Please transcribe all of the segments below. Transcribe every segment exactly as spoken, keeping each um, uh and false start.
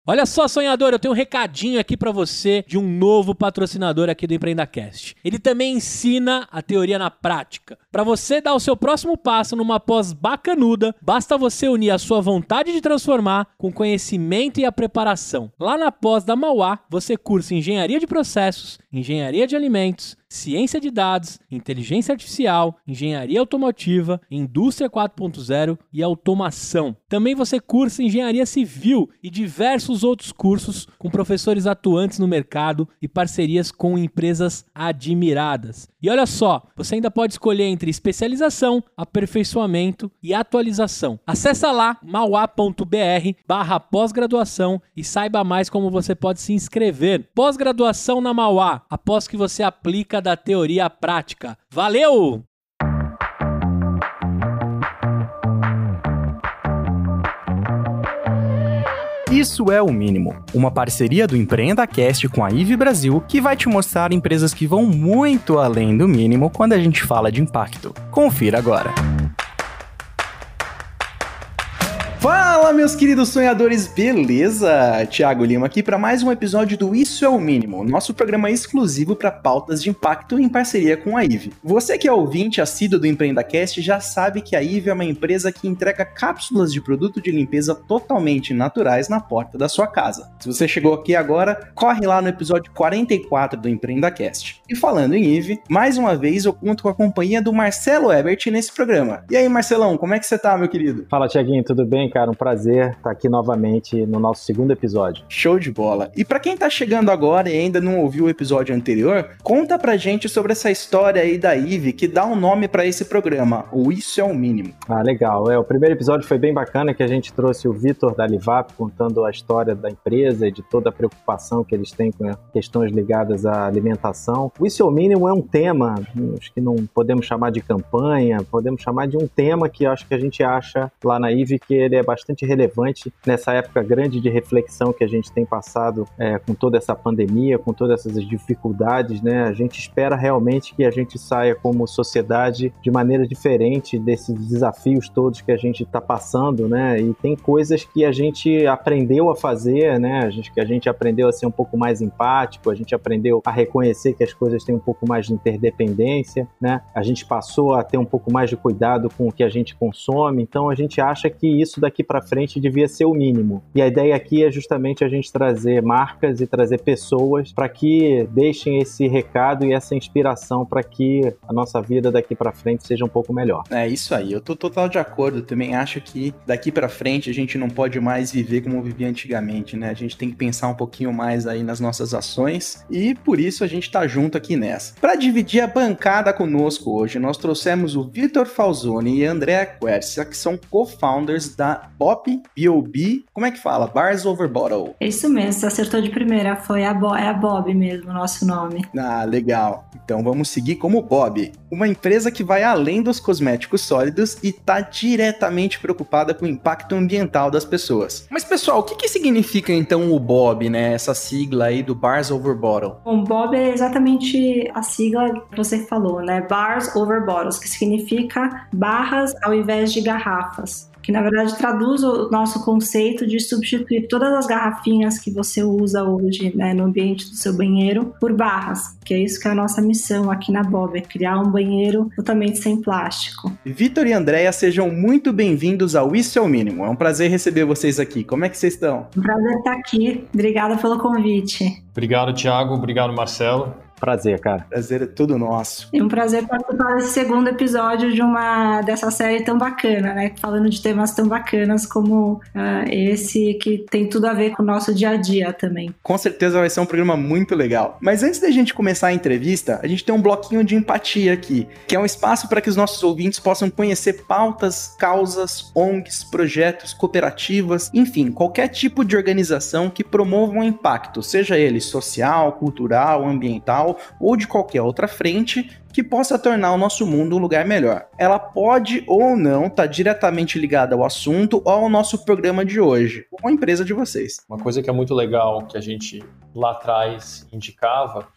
Olha só, sonhador, eu tenho um recadinho aqui pra você de um novo patrocinador aqui do EmpreendaCast. Ele também ensina a teoria na prática. Pra você dar o seu próximo passo numa pós bacanuda, basta você unir a sua vontade de transformar com o conhecimento e a preparação. Lá na pós da Mauá, você cursa Engenharia de Processos, Engenharia de Alimentos, Ciência de Dados, Inteligência Artificial, Engenharia Automotiva, Indústria quatro ponto zero e Automação. Também você cursa Engenharia Civil e diversos outros cursos com professores atuantes no mercado e parcerias com empresas admiradas. E olha só, você ainda pode escolher entre especialização, aperfeiçoamento e atualização. Acesse lá mauá.br barra pós-graduação e saiba mais como você pode se inscrever. Pós-graduação na Mauá, após que você aplica da teoria à prática. Valeu! Isso é o Mínimo, uma parceria do EmpreendaCast com a I V E Brasil que vai te mostrar empresas que vão muito além do mínimo quando a gente fala de impacto. Confira agora. Fala, meus queridos sonhadores, beleza? Thiago Lima aqui para mais um episódio do Isso é o Mínimo, nosso programa exclusivo para pautas de impacto em parceria com a I V E. Você que é ouvinte assíduo do EmpreendaCast já sabe que a I V E é uma empresa que entrega cápsulas de produto de limpeza totalmente naturais na porta da sua casa. Se você chegou aqui agora, corre lá no episódio quarenta e quatro do EmpreendaCast. E falando em I V E, mais uma vez eu conto com a companhia do Marcelo Ebert nesse programa. E aí, Marcelão, como é que você tá, meu querido? Fala, Thiaguinho, tudo bem, cara? Um prazer estar aqui novamente no nosso segundo episódio. Show de bola! E pra quem tá chegando agora e ainda não ouviu o episódio anterior, conta pra gente sobre essa história aí da I V E que dá um nome pra esse programa, o Isso é o Mínimo. Ah, legal. É, o primeiro episódio foi bem bacana, que a gente trouxe o Vitor da Livap contando a história da empresa e de toda a preocupação que eles têm com questões ligadas à alimentação. O Isso é o Mínimo é um tema, acho que não podemos chamar de campanha, podemos chamar de um tema que acho que a gente acha lá na I V E que ele é bastante relevante nessa época grande de reflexão que a gente tem passado é, com toda essa pandemia, com todas essas dificuldades, né? A gente espera realmente que a gente saia como sociedade de maneira diferente desses desafios todos que a gente está passando, né? E tem coisas que a gente aprendeu a fazer, né? A gente, que a gente aprendeu a ser um pouco mais empático, a gente aprendeu a reconhecer que as coisas têm um pouco mais de interdependência, né? A gente passou a ter um pouco mais de cuidado com o que a gente consome, então a gente acha que isso daqui para frente devia ser o mínimo. E a ideia aqui é justamente a gente trazer marcas e trazer pessoas para que deixem esse recado e essa inspiração para que a nossa vida daqui para frente seja um pouco melhor. É isso aí, eu tô total de acordo. Também acho que daqui para frente a gente não pode mais viver como vivia antigamente, né? A gente tem que pensar um pouquinho mais aí nas nossas ações e por isso a gente tá junto aqui nessa. Para dividir a bancada conosco hoje, nós trouxemos o Vitor Falzoni e a Andrea Quercia, que são co-founders da Bob, B O B, como é que fala? Bars Over Bottle. É isso mesmo, você acertou de primeira, foi a Bo- é a Bob mesmo, o nosso nome. Ah, legal. Então vamos seguir como Bob, uma empresa que vai além dos cosméticos sólidos e está diretamente preocupada com o impacto ambiental das pessoas. Mas pessoal, o que, que significa então o Bob, né? Essa sigla aí do Bars Over Bottle? Bom, Bob é exatamente a sigla que você falou, né? Bars Over Bottles, que significa barras ao invés de garrafas. Que na verdade traduz o nosso conceito de substituir todas as garrafinhas que você usa hoje, né, no ambiente do seu banheiro por barras, que é isso que é a nossa missão aqui na Bob, é criar um banheiro totalmente sem plástico. Vitor e Andrea, sejam muito bem-vindos ao Isso é o Mínimo, é um prazer receber vocês aqui, como é que vocês estão? Um prazer estar aqui, obrigada pelo convite. Obrigado, Thiago, obrigado, Marcelo. Prazer, cara. Prazer é tudo nosso. É um prazer participar desse segundo episódio de uma dessa série tão bacana, né? Falando de temas tão bacanas como uh, esse, que tem tudo a ver com o nosso dia a dia também. Com certeza vai ser um programa muito legal. Mas antes da gente começar a entrevista, a gente tem um bloquinho de empatia aqui, que é um espaço para que os nossos ouvintes possam conhecer pautas, causas, O N Gs, projetos, cooperativas, enfim, qualquer tipo de organização que promova um impacto, seja ele social, cultural, ambiental ou de qualquer outra frente que possa tornar o nosso mundo um lugar melhor. Ela pode ou não estar diretamente ligada ao assunto ou ao nosso programa de hoje, ou à empresa de vocês. Uma coisa que é muito legal, que a gente lá atrás indicava, que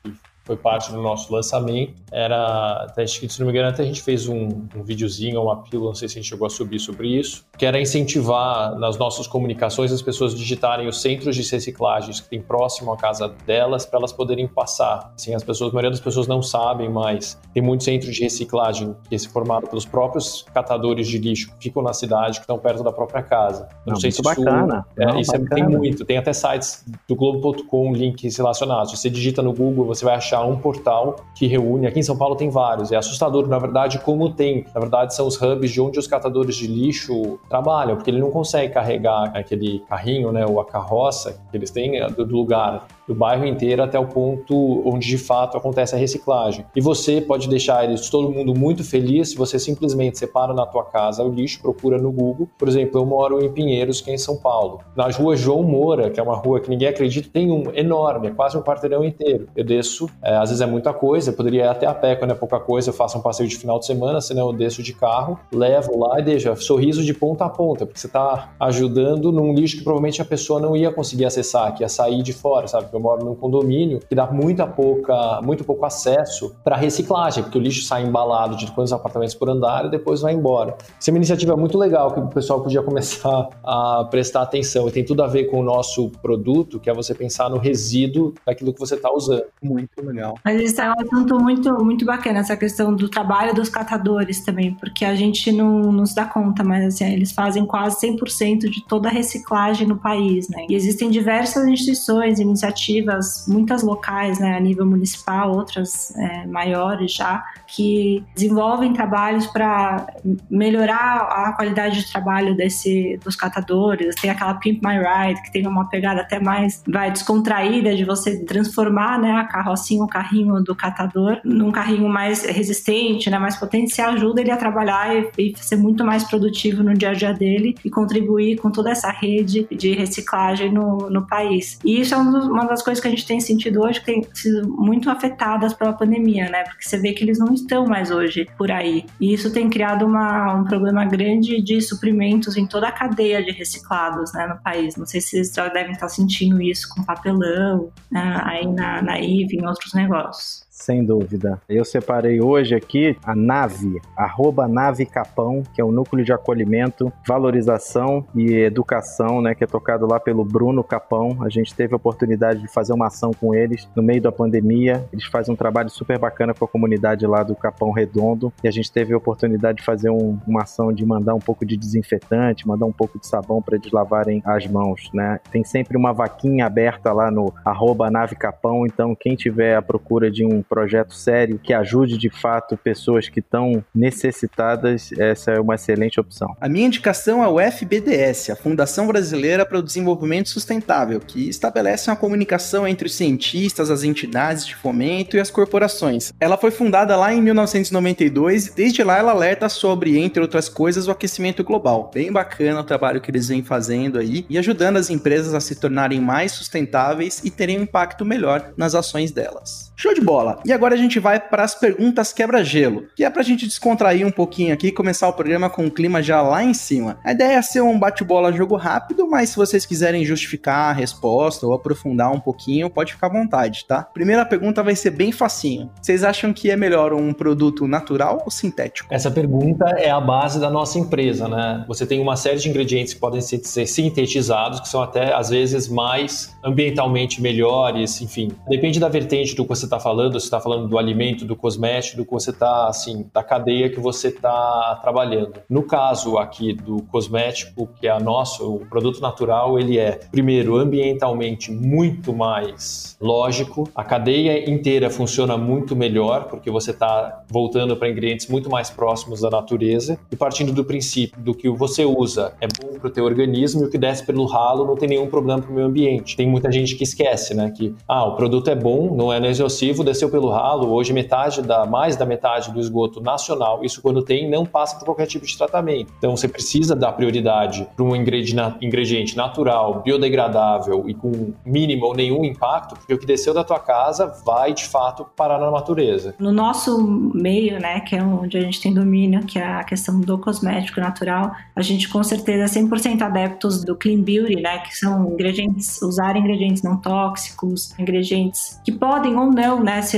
foi parte do nosso lançamento. Era, até, se não me engano, até a gente fez um, um videozinho, uma pílula, não sei se a gente chegou a subir sobre isso, que era incentivar nas nossas comunicações as pessoas digitarem os centros de reciclagens que tem próximo à casa delas, para elas poderem passar. Assim, as pessoas, a maioria das pessoas não sabem, mas tem muitos centros de reciclagem que é formado pelos próprios catadores de lixo que ficam na cidade, que estão perto da própria casa. Não, não sei se isso bacana. É, não, isso bacana. É, tem muito. Tem até sites do Globo ponto com, links relacionados. Se você digita no Google, você vai achar um portal que reúne. Aqui em São Paulo tem vários. É assustador, na verdade, como tem. Na verdade, são os hubs de onde os catadores de lixo trabalham, porque ele não consegue carregar aquele carrinho, né, ou a carroça que eles têm do lugar, do bairro inteiro até o ponto onde de fato acontece a reciclagem. E você pode deixar eles, todo mundo muito feliz se você simplesmente separa na tua casa o lixo, procura no Google. Por exemplo, eu moro em Pinheiros, que é em São Paulo. Na rua João Moura, que é uma rua que ninguém acredita, tem um enorme, é quase um quarteirão inteiro. Eu desço, é, às vezes é muita coisa, eu poderia ir até a pé quando é pouca coisa, eu faço um passeio de final de semana, senão eu desço de carro, levo lá e deixo sorriso de ponta a ponta, porque você está ajudando num lixo que provavelmente a pessoa não ia conseguir acessar, que ia sair de fora, sabe? Eu moro num condomínio que dá muita pouca, muito pouco acesso para reciclagem, porque o lixo sai embalado de quantos apartamentos por andar e depois vai embora. Isso é uma iniciativa muito legal que o pessoal podia começar a prestar atenção, e tem tudo a ver com o nosso produto, que é você pensar no resíduo daquilo que você está usando. Muito legal. Mas isso é um assunto muito, muito bacana, essa questão do trabalho dos catadores também, porque a gente não, não se dá conta, mas assim, eles fazem quase cem por cento de toda a reciclagem no país, né? E existem diversas instituições, iniciativas, muitas locais, né, a nível municipal, outras é, maiores já, que desenvolvem trabalhos para melhorar a qualidade de trabalho desse, dos catadores. Tem aquela Pimp My Ride, que tem uma pegada até mais vai, descontraída de você transformar, né, a carrocinha, o carrinho do catador num carrinho mais resistente, né, mais potente. Você ajuda ele a trabalhar e, e ser muito mais produtivo no dia a dia dele e contribuir com toda essa rede de reciclagem no, no país. E isso é um dos, uma das coisas que a gente tem sentido hoje, que tem sido muito afetadas pela pandemia, né, porque você vê que eles não estão mais hoje por aí. E isso tem criado uma, um problema grande de suprimentos em toda a cadeia de reciclados, né, no país. Não sei se vocês já devem estar sentindo isso com papelão, né, aí na, na I V, em outros negócios. Sem dúvida. Eu separei hoje aqui a Nave, arroba Nave Capão, que é o núcleo de acolhimento, valorização e educação, né, que é tocado lá pelo Bruno Capão. A gente teve a oportunidade de fazer uma ação com eles no meio da pandemia. Eles fazem um trabalho super bacana com a comunidade lá do Capão Redondo, e a gente teve a oportunidade de fazer um, uma ação de mandar um pouco de desinfetante, mandar um pouco de sabão para eles lavarem as mãos, né? Tem sempre uma vaquinha aberta lá no arroba Nave Capão, então quem tiver à procura de um projeto sério que ajude de fato pessoas que estão necessitadas, essa é uma excelente opção. A minha indicação é o F B D S, a Fundação Brasileira para o Desenvolvimento Sustentável, que estabelece uma comunicação entre os cientistas, as entidades de fomento e as corporações. Ela foi fundada lá em mil novecentos e noventa e dois e desde lá ela alerta sobre, entre outras coisas, o aquecimento global. Bem bacana o trabalho que eles vêm fazendo aí e ajudando as empresas a se tornarem mais sustentáveis e terem um impacto melhor nas ações delas. Show de bola! E agora a gente vai para as perguntas quebra-gelo, que é pra gente descontrair um pouquinho aqui e começar o programa com o clima já lá em cima. A ideia é ser um bate-bola jogo rápido, mas se vocês quiserem justificar a resposta ou aprofundar um pouquinho, pode ficar à vontade, tá? Primeira pergunta vai ser bem facinho. Vocês acham que é melhor um produto natural ou sintético? Essa pergunta é a base da nossa empresa, né? Você tem uma série de ingredientes que podem ser sintetizados, que são até, às vezes, mais ambientalmente melhores, enfim. Depende da vertente do que você está falando, se está falando do alimento, do cosmético, do que você está, assim, da cadeia que você está trabalhando. No caso aqui do cosmético, que é a nossa, o produto natural, ele é, primeiro, ambientalmente muito mais lógico, a cadeia inteira funciona muito melhor, porque você está voltando para ingredientes muito mais próximos da natureza, e partindo do princípio do que você usa é bom para o teu organismo e o que desce pelo ralo não tem nenhum problema para o meio ambiente. Tem muita gente que esquece, né, que ah, o produto é bom, não é exaustivo, desceu pelo ralo, hoje metade da, mais da metade do esgoto nacional, isso quando tem, não passa por qualquer tipo de tratamento. Então você precisa dar prioridade para um ingrediente natural, biodegradável e com mínimo ou nenhum impacto, porque o que desceu da tua casa vai de fato parar na natureza. No nosso meio, né, que é onde a gente tem domínio, que é a questão do cosmético natural, a gente com certeza é cem por cento adeptos do Clean Beauty, né, que são ingredientes, usar ingredientes não tóxicos, ingredientes que podem ou não, né, ser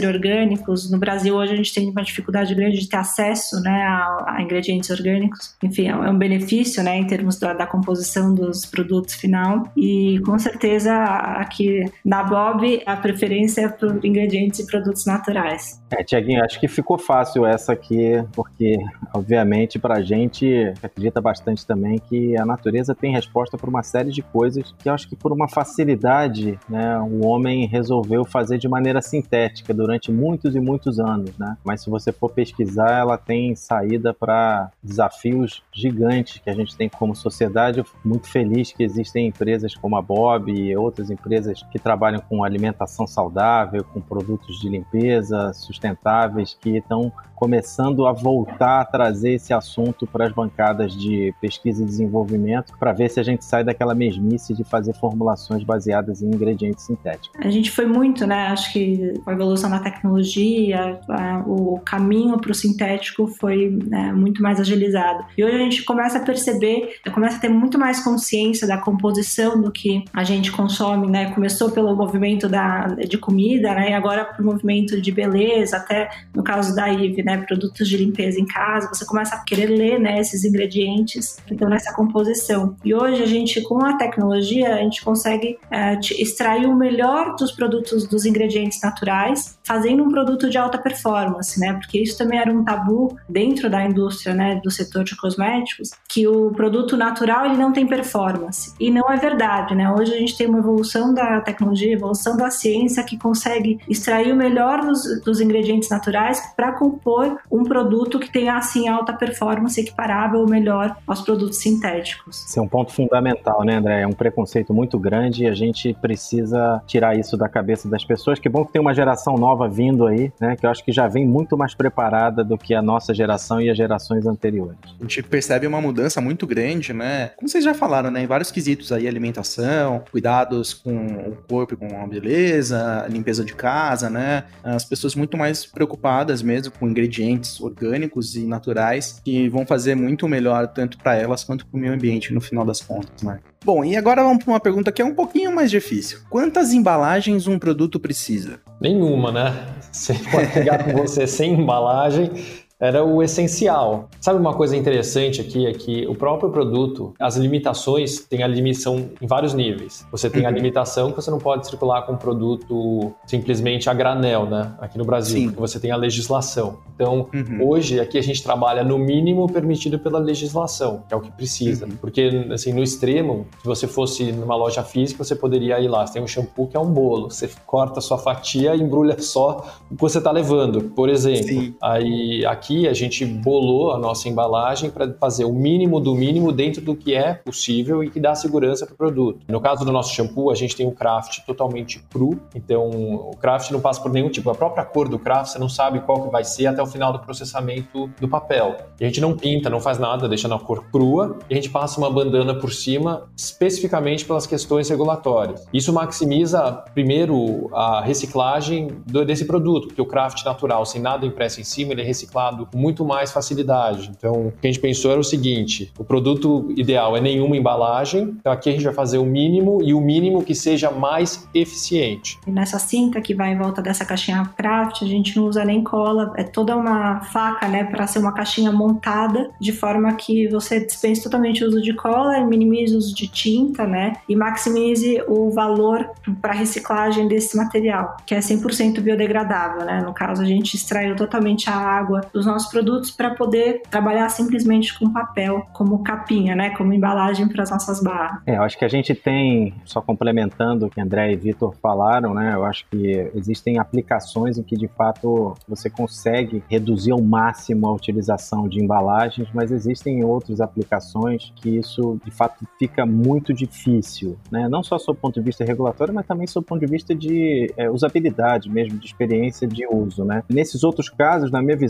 serem orgânicos. No Brasil, hoje, a gente tem uma dificuldade grande de ter acesso, né, a, a ingredientes orgânicos. Enfim, é um benefício, né, em termos da, da composição dos produtos final. E, com certeza, aqui na Bob, a preferência é por ingredientes e produtos naturais. É, Tiaguinho, acho que ficou fácil essa aqui, porque, obviamente, pra gente, acredita bastante também que a natureza tem resposta para uma série de coisas que eu acho que por uma facilidade, né, o homem resolveu fazer de maneira sintética durante muitos e muitos anos, né? Mas se você for pesquisar, ela tem saída para desafios gigantes que a gente tem como sociedade. Eu fico muito feliz que existem empresas como a Bob e outras empresas que trabalham com alimentação saudável, com produtos de limpeza sustentáveis, que estão começando a voltar a trazer esse assunto para as bancadas de pesquisa e desenvolvimento, para ver se a gente sai daquela mesmice de fazer formulações baseadas em ingredientes sintéticos. A gente foi muito, né? Acho que a evolução da tecnologia, a, o caminho para o sintético foi, né, muito mais agilizado. E hoje a gente começa a perceber, começa a ter muito mais consciência da composição do que a gente consome, né? Começou pelo movimento da, de comida, né? E agora para o movimento de beleza, até no caso da I V, né, produtos de limpeza em casa, você começa a querer ler, né, esses ingredientes que estão nessa composição. E hoje a gente, com a tecnologia, a gente consegue é, extrair o melhor dos produtos, dos ingredientes naturais, fazendo um produto de alta performance, né, porque isso também era um tabu dentro da indústria, né, do setor de cosméticos, que o produto natural, ele não tem performance. E não é verdade, né, hoje a gente tem uma evolução da tecnologia, evolução da ciência que consegue extrair o melhor dos, dos ingredientes naturais para compor um produto que tenha, assim, alta performance, equiparável ou melhor aos produtos sintéticos. Esse é um ponto fundamental, né, André? É um preconceito muito grande e a gente precisa tirar isso da cabeça das pessoas. Que bom que tem uma geração nova vindo aí, né, que eu acho que já vem muito mais preparada do que a nossa geração e as gerações anteriores. A gente percebe uma mudança muito grande, né? Como vocês já falaram, né, em vários quesitos aí, alimentação, cuidados com o corpo e com a beleza, limpeza de casa, né? As pessoas muito mais preocupadas mesmo com ingredientes orgânicos e naturais que vão fazer muito melhor tanto para elas quanto para o meio ambiente no final das contas, né? Bom, e agora vamos para uma pergunta que é um pouquinho mais difícil. Quantas embalagens um produto precisa? Nenhuma, né? Você pode pegar com você sem embalagem, era o essencial. Sabe uma coisa interessante aqui? É que o próprio produto, as limitações, tem a limitação em vários níveis. Você tem uhum. a limitação que você não pode circular com produto simplesmente a granel, né? Aqui no Brasil, Sim. porque você tem a legislação. Então, uhum. hoje, aqui a gente trabalha no mínimo permitido pela legislação, que é o que precisa. Uhum. Porque, assim, no extremo, se você fosse numa loja física, você poderia ir lá. Você tem um shampoo que é um bolo. Você corta a sua fatia e embrulha só o que você está levando, por exemplo. Sim. Aí, aqui, a gente bolou a nossa embalagem para fazer o mínimo do mínimo dentro do que é possível e que dá segurança para o produto. No caso do nosso shampoo, a gente tem um craft totalmente cru, então o craft não passa por nenhum tipo. A própria cor do craft, você não sabe qual que vai ser até o final do processamento do papel. E a gente não pinta, não faz nada, deixa na cor crua e a gente passa uma bandana por cima especificamente pelas questões regulatórias. Isso maximiza, primeiro, a reciclagem do, desse produto, porque o craft natural, sem nada impresso em cima, ele é reciclado com muito mais facilidade. Então, o que a gente pensou era o seguinte: o produto ideal é nenhuma embalagem, então aqui a gente vai fazer o mínimo e o mínimo que seja mais eficiente. E nessa cinta que vai em volta dessa caixinha craft, a gente não usa nem cola, é toda uma faca, né, para ser uma caixinha montada de forma que você dispense totalmente o uso de cola, minimize o uso de tinta, né, e maximize o valor para reciclagem desse material, que é cem por cento biodegradável, né? No caso, a gente extraiu totalmente a água dos nossos produtos para poder trabalhar simplesmente com papel, como capinha, né, como embalagem para as nossas barras. É, eu acho que a gente tem, só complementando o que André e Vitor falaram, né, eu acho que existem aplicações em que de fato você consegue reduzir ao máximo a utilização de embalagens, mas existem outras aplicações que isso de fato fica muito difícil, né, não só sob o ponto de vista regulatório, mas também sob o ponto de vista de é, usabilidade mesmo, de experiência de uso, né. Nesses outros casos, na minha visão, o que é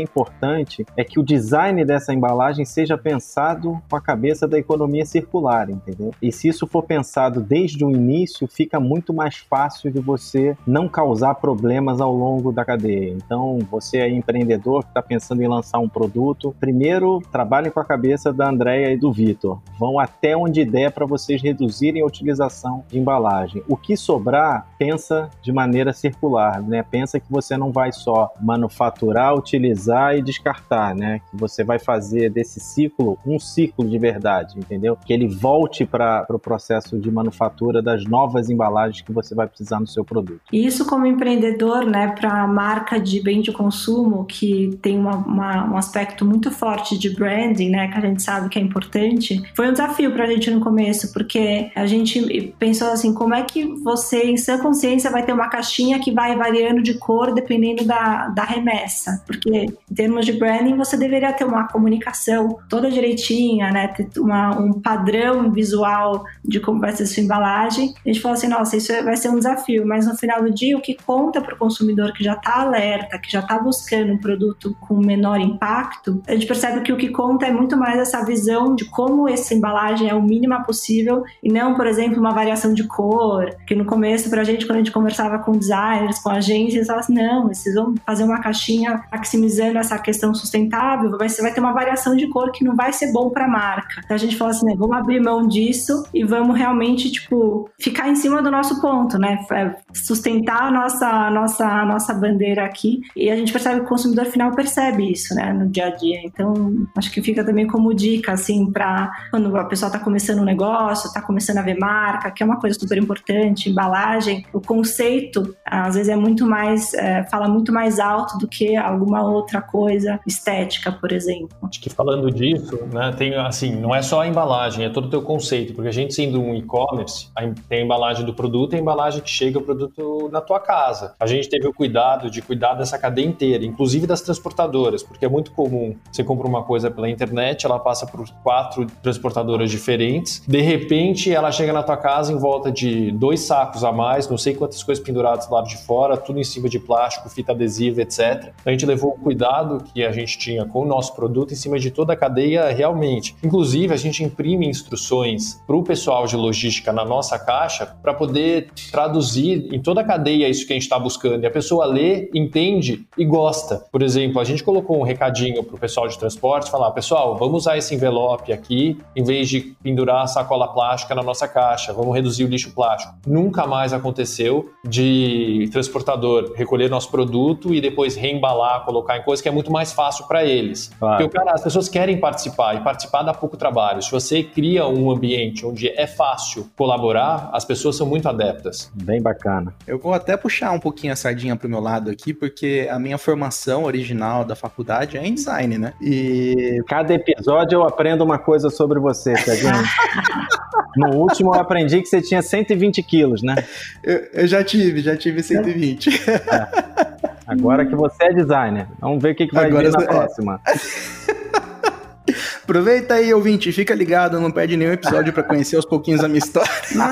importante é que o design dessa embalagem seja pensado com a cabeça da economia circular, entendeu? E se isso for pensado desde o início, fica muito mais fácil de você não causar problemas ao longo da cadeia. Então, você é empreendedor que está pensando em lançar um produto, primeiro, trabalhem com a cabeça da Andréia e do Vitor. Vão até onde der para vocês reduzirem a utilização de embalagem. O que sobrar, pensa de maneira circular, né? Pensa que você não vai só manufaturar, utilizar e descartar, né? Que você vai fazer desse ciclo um ciclo de verdade, entendeu? Que ele volte para o pro processo de manufatura das novas embalagens que você vai precisar no seu produto. E isso como empreendedor, né, para a marca de bem de consumo, que tem uma, uma, um aspecto muito forte de branding, né, que a gente sabe que é importante, foi um desafio para a gente no começo, porque a gente pensou assim, como é que você, em sã consciência, vai ter uma caixinha que vai variando de cor dependendo da, da remessa? Porque, em termos de branding, você deveria ter uma comunicação toda direitinha, né, ter uma, um padrão visual de como vai ser a sua embalagem. A gente falou assim, nossa, isso vai ser um desafio, mas no final do dia, o que conta para o consumidor que já está alerta, que já está buscando um produto com menor impacto, a gente percebe que o que conta é muito mais essa visão de como essa embalagem é o mínima possível e não, por exemplo, uma variação de cor, que no começo, pra gente, quando a gente conversava com designers, com agências, eles falavam assim, não, vocês vão fazer uma caixinha maximizando essa questão sustentável, você vai ter uma variação de cor que não vai ser bom pra marca. Então a gente falou assim, né, vamos abrir mão disso e vamos realmente, tipo, ficar em cima do nosso ponto, né, sustentar a nossa, a nossa, a nossa bandeira aqui, e a gente percebe que o consumidor final percebe isso, né, no dia a dia. Então, acho que fica também como dica, assim, pra quando a pessoa tá começando um negócio, tá começando a ver marca, que é uma coisa super importante, embalagem, o conceito, às vezes é muito mais, é, fala muito mais alto do que alguma outra coisa estética, por exemplo. Acho que falando disso, né, tem, assim, não é só a embalagem, é todo o teu conceito, porque a gente sendo um e-commerce, tem a embalagem do produto e a embalagem que chega o produto na tua casa. A gente teve o cuidado de cuidar dessa cadeia inteira, inclusive das transportadoras, porque é muito comum, você compra uma coisa pela internet, ela passa por quatro transportadoras diferentes, de repente ela chega na tua casa em volta de dois sacos a mais, não sei quantas coisas penduradas do lado de fora, tudo em cima de plástico, fita adesiva, etcétera. A gente levou o cuidado que a gente tinha com o nosso produto em cima de toda a cadeia realmente. Inclusive, a gente imprime instruções para o pessoal de logística na nossa caixa para poder traduzir em toda a cadeia isso que a gente está buscando. E a pessoa lê, entende e gosta. Por exemplo, a gente colocou um recadinho para o pessoal de transporte, falar, pessoal, vamos usar esse envelope aqui, em vez de pendurar a sacola plástica na nossa caixa, vamos reduzir o lixo plástico. Nunca mais aconteceu de transportador recolher nosso produto e depois reembalar, colocar em coisa que é muito mais fácil para eles. Claro. Porque o cara, as pessoas querem participar e participar dá pouco trabalho. Se você cria um ambiente onde é fácil colaborar, as pessoas são muito adeptas. Bem bacana. Eu vou até puxar um pouquinho a sardinha pro meu lado aqui, porque a minha formação original da faculdade é em design, né? E cada episódio eu aprendo uma coisa sobre você, Thiaguinho. No último eu aprendi que você tinha cento e vinte quilos, né? Eu, eu já tive, já tive cento e vinte. É. Agora que você é designer, vamos ver o que, que vai Agora vir na você... próxima. Aproveita aí, ouvinte, fica ligado, não perde nenhum episódio para conhecer aos pouquinhos a minha história.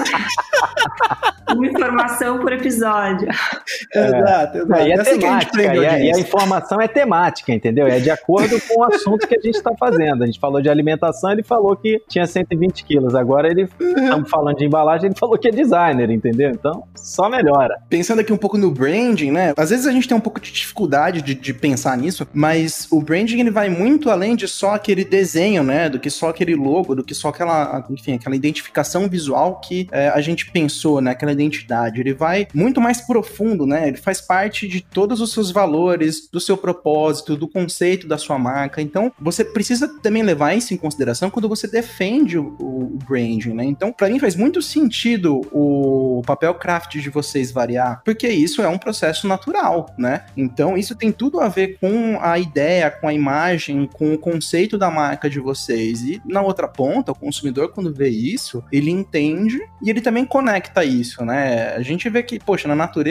Uma informação por episódio. É. Exato, exato. E é, é assim temática, a e, a, e a informação é temática, entendeu? É de acordo com o assunto que a gente está fazendo. A gente falou de alimentação, ele falou que tinha cento e vinte quilos. Agora ele, estamos falando de embalagem, ele falou que é designer, entendeu? Então, só melhora. Pensando aqui um pouco no branding, né? Às vezes a gente tem um pouco de dificuldade de, de pensar nisso, mas o branding ele vai muito além de só aquele desenho, né? Do que só aquele logo, do que só aquela, enfim, aquela identificação visual que é, a gente pensou, né? Aquela identidade. Ele vai muito mais profundo, né? Ele faz parte de todos os seus valores, do seu propósito, do conceito da sua marca. Então, você precisa também levar isso em consideração quando você defende o, o branding, né? Então, pra mim faz muito sentido o papel craft de vocês variar, porque isso é um processo natural, né? Então, isso tem tudo a ver com a ideia, com a imagem, com o conceito da marca de vocês. E na outra ponta, o consumidor, quando vê isso, ele entende e ele também conecta isso, né? A gente vê que, poxa, na natureza,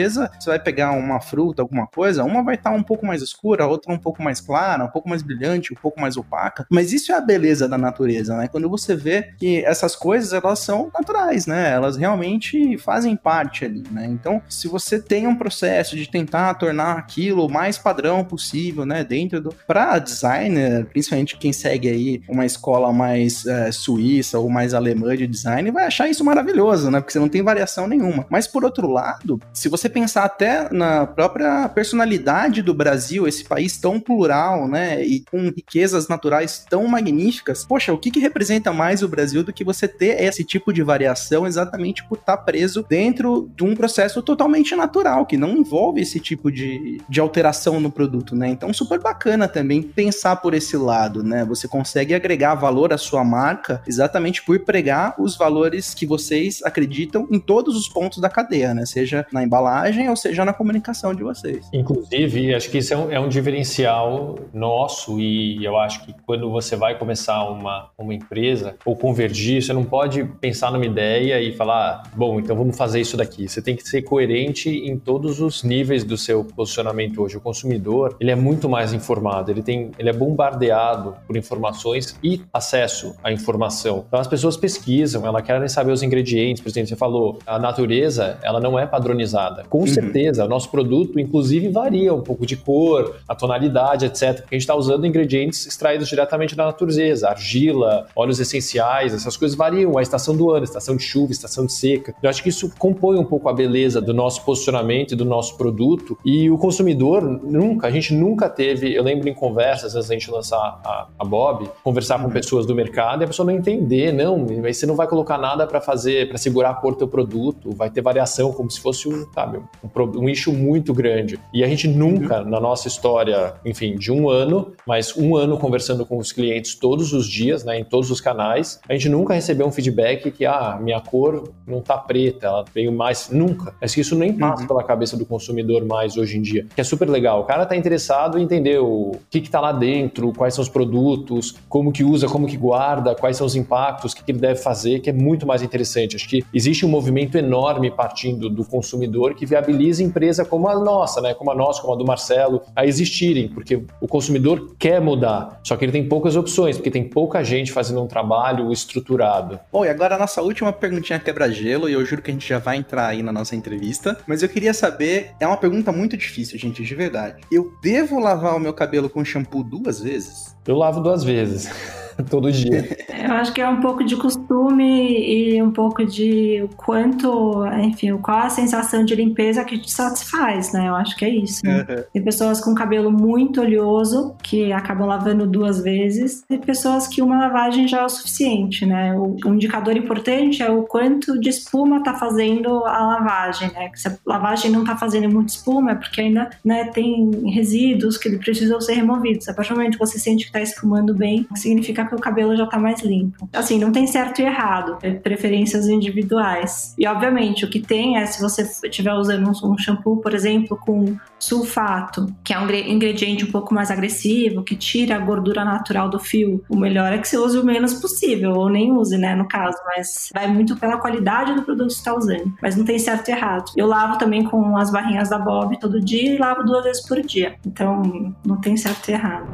Você vai pegar uma fruta, alguma coisa, uma vai estar um pouco mais escura, a outra um pouco mais clara, um pouco mais brilhante, um pouco mais opaca. Mas isso é a beleza da natureza, né? Quando você vê que essas coisas, elas são naturais, né? Elas realmente fazem parte ali, né? Então, se você tem um processo de tentar tornar aquilo o mais padrão possível, né? Dentro do... Para designer, principalmente quem segue aí uma escola mais é, suíça ou mais alemã de design, vai achar isso maravilhoso, né? Porque você não tem variação nenhuma. Mas, por outro lado, se você pensar até na própria personalidade do Brasil, esse país tão plural, né? E com riquezas naturais tão magníficas, poxa, o que que representa mais o Brasil do que você ter esse tipo de variação exatamente por estar preso dentro de um processo totalmente natural, que não envolve esse tipo de, de alteração no produto, né? Então, super bacana também pensar por esse lado, né? Você consegue agregar valor à sua marca exatamente por pregar os valores que vocês acreditam em todos os pontos da cadeia, né? Seja na embalagem ou seja na comunicação de vocês. Inclusive, acho que isso é um, é um diferencial nosso e eu acho que quando você vai começar uma, uma empresa ou convergir, você não pode pensar numa ideia e falar, bom, então vamos fazer isso daqui. Você tem que ser coerente em todos os níveis do seu posicionamento hoje. O consumidor, ele é muito mais informado, ele, tem, ele é bombardeado por informações e acesso à informação. Então as pessoas pesquisam, elas querem saber os ingredientes. Por exemplo, você falou, a natureza, ela não é padronizada. Com uhum. certeza, o nosso produto, inclusive, varia um pouco de cor, a tonalidade, etcétera. Porque a gente está usando ingredientes extraídos diretamente da natureza, argila, óleos essenciais, essas coisas variam, a estação do ano, a estação de chuva, a estação de seca. Eu acho que isso compõe um pouco a beleza do nosso posicionamento e do nosso produto. E o consumidor, nunca, a gente nunca teve, eu lembro em conversas, antes da gente lançar a, a Bob, conversar com pessoas do mercado e a pessoa não entender, não, mas você não vai colocar nada para fazer, para segurar a cor do teu produto, vai ter variação como se fosse um, sabe, um, um issue muito grande. E a gente nunca, uhum. na nossa história, enfim, de um ano, mas um ano conversando com os clientes todos os dias, né, em todos os canais, a gente nunca recebeu um feedback que, ah, minha cor não tá preta, ela veio mais, nunca. Mas que isso nem passa uhum. pela cabeça do consumidor mais hoje em dia, que é super legal. O cara tá interessado em entender o que que tá lá dentro, quais são os produtos, como que usa, como que guarda, quais são os impactos, o que que ele deve fazer, que é muito mais interessante. Acho que existe um movimento enorme partindo do consumidor que viabiliza empresa como a nossa, né, como a nossa, como a do Marcelo, a existirem, porque o consumidor quer mudar, só que ele tem poucas opções, porque tem pouca gente fazendo um trabalho estruturado. Bom, e agora a nossa última perguntinha quebra-gelo, e eu juro que a gente já vai entrar aí na nossa entrevista, mas eu queria saber, é uma pergunta muito difícil, gente, de verdade. Eu devo lavar o meu cabelo com shampoo duas vezes? Eu lavo duas vezes. Todo dia. Eu acho que é um pouco de costume e um pouco de o quanto, enfim, qual a sensação de limpeza que te satisfaz, né? Eu acho que é isso. Né? Uhum. Tem pessoas com cabelo muito oleoso que acabam lavando duas vezes e pessoas que uma lavagem já é o suficiente, né? O indicador importante é o quanto de espuma tá fazendo a lavagem, né? Se a lavagem não tá fazendo muito espuma é porque ainda, né, tem resíduos que precisam ser removidos. A partir do momento que você sente que tá espumando bem, significa que o cabelo já tá mais limpo. Assim, não tem certo e errado, é preferências individuais. E, obviamente, o que tem é, se você estiver usando um shampoo, por exemplo, com sulfato, que é um ingrediente um pouco mais agressivo, que tira a gordura natural do fio, o melhor é que você use o menos possível, ou nem use, né, no caso, mas vai muito pela qualidade do produto que você está usando. Mas não tem certo e errado. Eu lavo também com as barrinhas da Bob todo dia e lavo duas vezes por dia. Então, não tem certo e errado.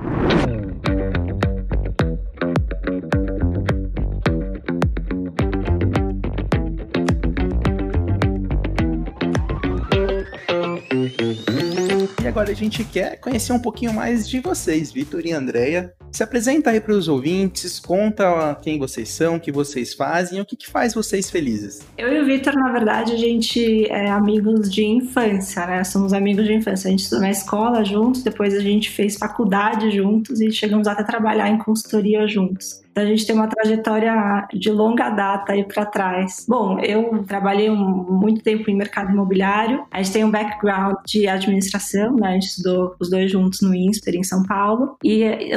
E agora a gente quer conhecer um pouquinho mais de vocês, Vitor e Andrea. Se apresenta aí para os ouvintes, conta quem vocês são, o que vocês fazem e o que, que faz vocês felizes. Eu e o Vitor, na verdade, a gente é amigos de infância, né? Somos amigos de infância. A gente estudou na escola juntos, depois a gente fez faculdade juntos e chegamos até a trabalhar em consultoria juntos. Então a gente tem uma trajetória de longa data aí para trás. Bom, eu trabalhei um, muito tempo em mercado imobiliário, a gente tem um background de administração, né? A gente estudou os dois juntos no INSPER em São Paulo, e eu sempre tive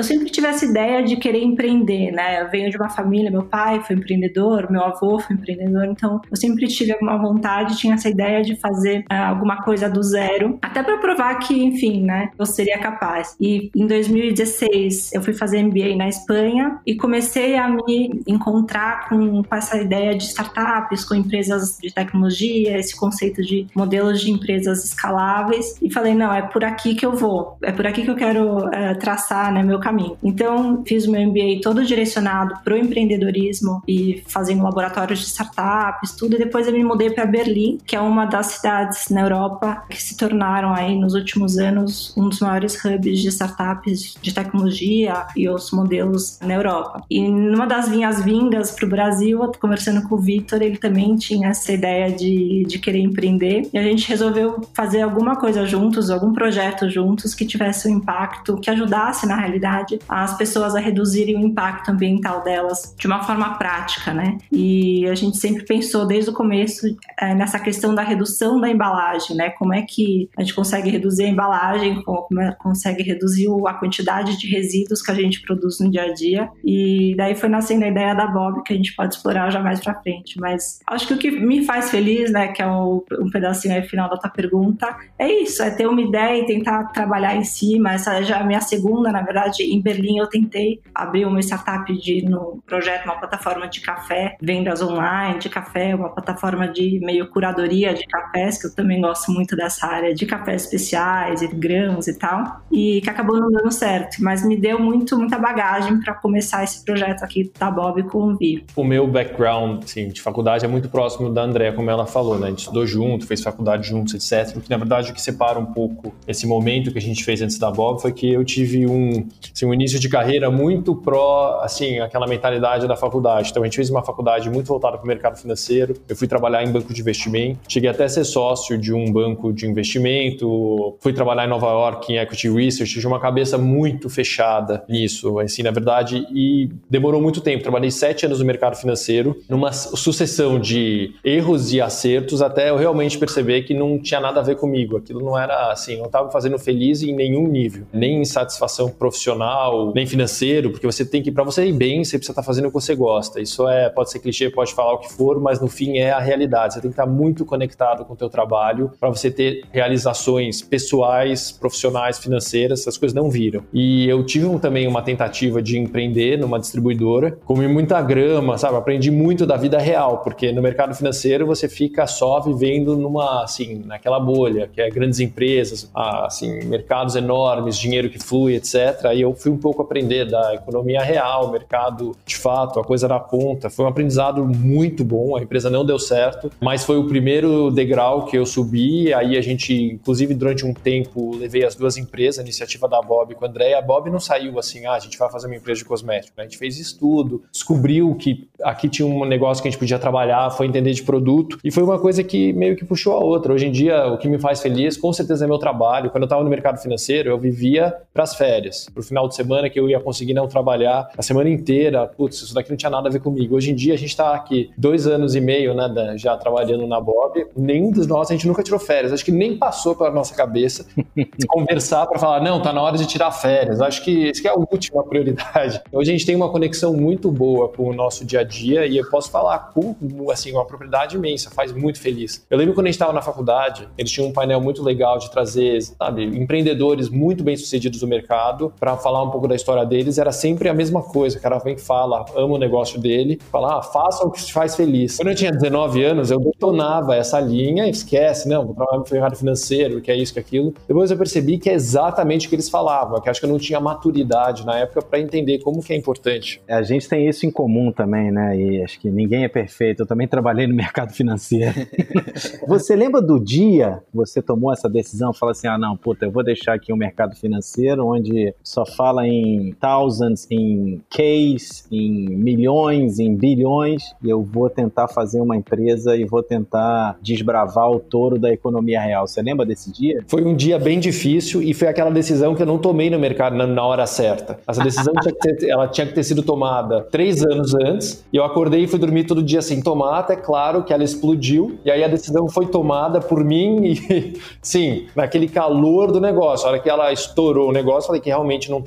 tive essa ideia de querer empreender, né? Eu venho de uma família, meu pai foi empreendedor, meu avô foi empreendedor, então eu sempre tive alguma vontade, tinha essa ideia de fazer uh, alguma coisa do zero, até para provar que, enfim, né, eu seria capaz. E em dois mil e dezesseis eu fui fazer M B A na Espanha e comecei a me encontrar com, com essa ideia de startups, com empresas de tecnologia, esse conceito de modelos de empresas escaláveis, e falei, não, é por aqui que eu vou, é por aqui que eu quero uh, traçar, né, meu caminho. Então, fiz o meu M B A todo direcionado para o empreendedorismo e fazendo laboratórios de startups, tudo, e depois eu me mudei para Berlim, que é uma das cidades na Europa que se tornaram aí nos últimos anos um dos maiores hubs de startups de tecnologia e os modelos na Europa. E numa das minhas vindas para o Brasil, conversando com o Vitor, ele também tinha essa ideia de, de querer empreender, e a gente resolveu fazer alguma coisa juntos, algum projeto juntos que tivesse um impacto, que ajudasse na realidade as pessoas a reduzirem o impacto ambiental delas de uma forma prática, né? E a gente sempre pensou desde o começo é, nessa questão da redução da embalagem, né? Como é que a gente consegue reduzir a embalagem, como é, consegue reduzir a quantidade de resíduos que a gente produz no dia a dia, e daí foi nascendo a ideia da Bob, que a gente pode explorar já mais pra frente. Mas acho que o que me faz feliz, né, que é um, um pedacinho aí final da tua pergunta, é isso, é ter uma ideia e tentar trabalhar em cima. Essa já é a minha segunda, na verdade, em Berlim eu tentei abrir uma startup de, no projeto, uma plataforma de café, vendas online de café, uma plataforma de meio curadoria de cafés, que eu também gosto muito dessa área de cafés especiais e grãos e tal, e que acabou não dando certo, mas me deu muito, muita bagagem para começar esse projeto aqui da Bob com o Vi. O meu background, assim, de faculdade é muito próximo da Andrea, como ela falou, né? A gente estudou junto, fez faculdade juntos, etcétera. Porque, na verdade, o que separa um pouco esse momento que a gente fez antes da Bob foi que eu tive um, assim, um início de carreira muito pró, assim, aquela mentalidade da faculdade. Então, a gente fez uma faculdade muito voltada para o mercado financeiro. Eu fui trabalhar em banco de investimento. Cheguei até a ser sócio de um banco de investimento. Fui trabalhar em Nova York em Equity Research. Tive uma cabeça muito fechada nisso, assim, na verdade. E demorou muito tempo. Trabalhei sete anos no mercado financeiro, numa sucessão de erros e acertos, até eu realmente perceber que não tinha nada a ver comigo. Aquilo não era, assim, não estava fazendo feliz em nenhum nível. Nem em satisfação profissional, nem financeiro, porque você tem que, para você ir bem, você precisa estar fazendo o que você gosta. Isso é, pode ser clichê, pode falar o que for, mas no fim é a realidade. Você tem que estar muito conectado com o teu trabalho para você ter realizações pessoais, profissionais, financeiras. Essas coisas não viram. E eu tive um, também uma tentativa de empreender numa distribuidora, comi muita grama, sabe? Aprendi muito da vida real, porque no mercado financeiro você fica só vivendo numa, assim, naquela bolha, que é grandes empresas, assim, mercados enormes, dinheiro que flui, etcétera. E eu fui um pouco aprender da economia real, mercado de fato, a coisa na ponta. Foi um aprendizado muito bom, a empresa não deu certo, mas foi o primeiro degrau que eu subi. Aí a gente, inclusive durante um tempo, levei as duas empresas, a iniciativa da Bob com a Andrea. A Bob não saiu assim, ah, a gente vai fazer uma empresa de cosmético. A gente fez estudo, descobriu que aqui tinha um negócio que a gente podia trabalhar, foi entender de produto, e foi uma coisa que meio que puxou a outra. Hoje em dia, o que me faz feliz, com certeza, é meu trabalho. Quando eu estava no mercado financeiro, eu vivia para as férias, para o final de semana que eu ia conseguir não trabalhar a semana inteira. Putz, isso daqui não tinha nada a ver comigo. Hoje em dia, a gente está aqui dois anos e meio, né, já trabalhando na Bob. Nenhum dos nós, a gente nunca tirou férias. Acho que nem passou pela nossa cabeça conversar para falar, não, tá na hora de tirar férias. Acho que isso que é a última prioridade. Hoje a gente tem uma conexão muito boa com o nosso dia a dia, e eu posso falar com, assim, uma propriedade imensa, faz muito feliz. Eu lembro quando a gente estava na faculdade, eles tinham um painel muito legal de trazer, sabe, empreendedores muito bem-sucedidos do mercado para falar um pouco da história deles. Era sempre a mesma coisa, o cara vem e fala, ama o negócio dele, fala, ah, faça o que te faz feliz. Quando eu tinha dezenove anos, eu detonava essa linha, esquece, não, vou trabalhar no mercado financeiro, que é isso, que é aquilo. Depois eu percebi que é exatamente o que eles falavam, que acho que eu não tinha maturidade na época para entender como que é importante. A gente tem isso em comum também, né? E acho que ninguém é perfeito. Eu também trabalhei no mercado financeiro. Você lembra do dia que você tomou essa decisão? Fala assim, ah, não, puta, eu vou deixar aqui um mercado financeiro onde só fala em thousands, em Ks, em milhões, em bilhões, e eu vou tentar fazer uma empresa e vou tentar desbravar o touro da economia real. Você lembra desse dia? Foi um dia bem difícil e foi aquela decisão que eu não tomei no mercado na, na hora certa. Essa decisão tinha que ter, ela tinha que ter sido tomada três anos antes, e eu acordei e fui dormir todo dia sem tomar, até claro que ela explodiu, e aí a decisão foi tomada por mim e, sim, naquele calor do negócio. A hora que ela estourou o negócio, eu falei que realmente não estava mais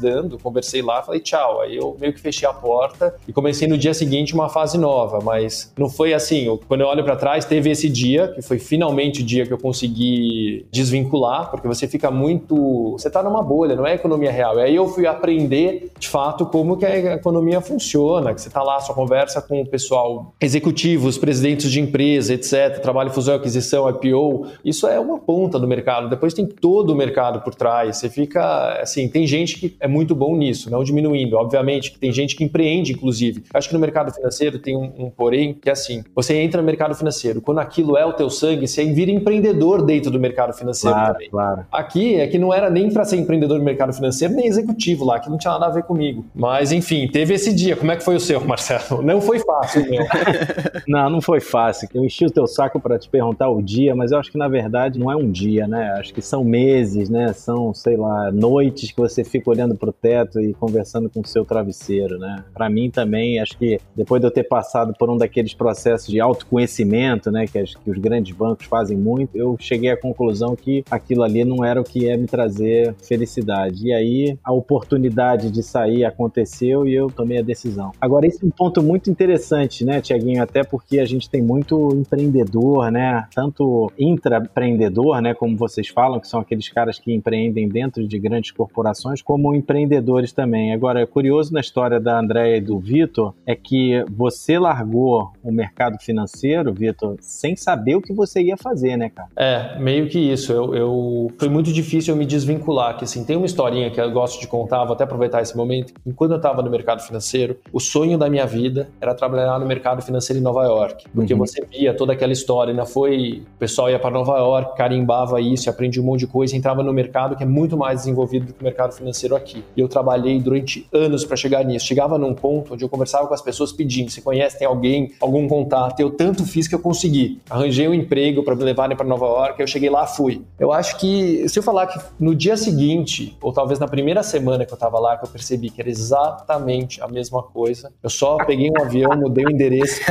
dando, conversei lá, falei tchau. Aí eu meio que fechei a porta e comecei no dia seguinte uma fase nova, mas não foi assim. Eu, quando eu olho para trás, teve esse dia, que foi finalmente o dia que eu consegui desvincular, porque você fica muito... Você tá numa bolha, não é economia real. E aí eu fui aprender, de fato, como que a economia funciona, que você tá lá, sua conversa com o pessoal executivo, os presidentes de empresa, etcétera, trabalho, fusão, aquisição, I P O, isso é uma ponta do mercado, depois tem todo o mercado por trás, você fica, assim, tem gente que é muito bom nisso, não diminuindo, obviamente, que tem gente que empreende, inclusive. Acho que no mercado financeiro tem um, um porém, que é assim, você entra no mercado financeiro, quando aquilo é o teu sangue, você vira empreendedor dentro do mercado financeiro claro, também. Claro. Aqui é que não era nem para ser empreendedor do mercado financeiro, nem executivo lá, que não tinha nada a ver comigo. Mas, enfim, teve esse dia. Como é que foi o seu, Marcelo? Não foi fácil, meu. Não, não foi fácil. Eu enchi o teu saco para te perguntar o dia, mas eu acho que, na verdade, não é um dia, né? Acho que são meses, né? São, sei lá, noites que você fica olhando pro teto e conversando com o seu travesseiro, né? Para mim também, acho que depois de eu ter passado por um daqueles processos de autoconhecimento, né? Que, as, que os grandes bancos fazem muito, eu cheguei à conclusão que aquilo ali não era o que ia me trazer felicidade. E aí, a oportunidade de sair aconteceu e eu tomei a decisão. Agora, esse é um ponto muito interessante, né, Tiaguinho? Até porque a gente tem muito empreendedor, né? Tanto intraempreendedor, né? Como vocês falam, que são aqueles caras que empreendem dentro de grandes corporações, como empreendedores também. Agora, curioso na história da Andréia e do Vitor é que você largou o mercado financeiro, Vitor, sem saber o que você ia fazer, né, cara? É, meio que isso. Eu, eu... Foi muito difícil eu me desvincular, que assim, tem uma historinha que eu gosto de contar, vou até aproveitar esse momento. Quando eu estava no mercado financeiro, o sonho da minha vida era trabalhar no mercado financeiro em Nova York, porque uhum. você via toda aquela história, ainda foi, o pessoal ia para Nova York, carimbava isso, aprendia um monte de coisa, entrava no mercado que é muito mais desenvolvido do que o mercado financeiro aqui. E eu trabalhei durante anos para chegar nisso. Chegava num ponto onde eu conversava com as pessoas pedindo, se conhece, tem alguém, algum contato, eu tanto fiz que eu consegui. Arranjei um emprego para me levarem para Nova York, eu cheguei lá, fui. Eu acho que, se eu falar que no dia seguinte, ou talvez na primeira semana que eu estava lá, que eu percebi que era exatamente a mesma coisa, eu só peguei um avião, mudei o endereço.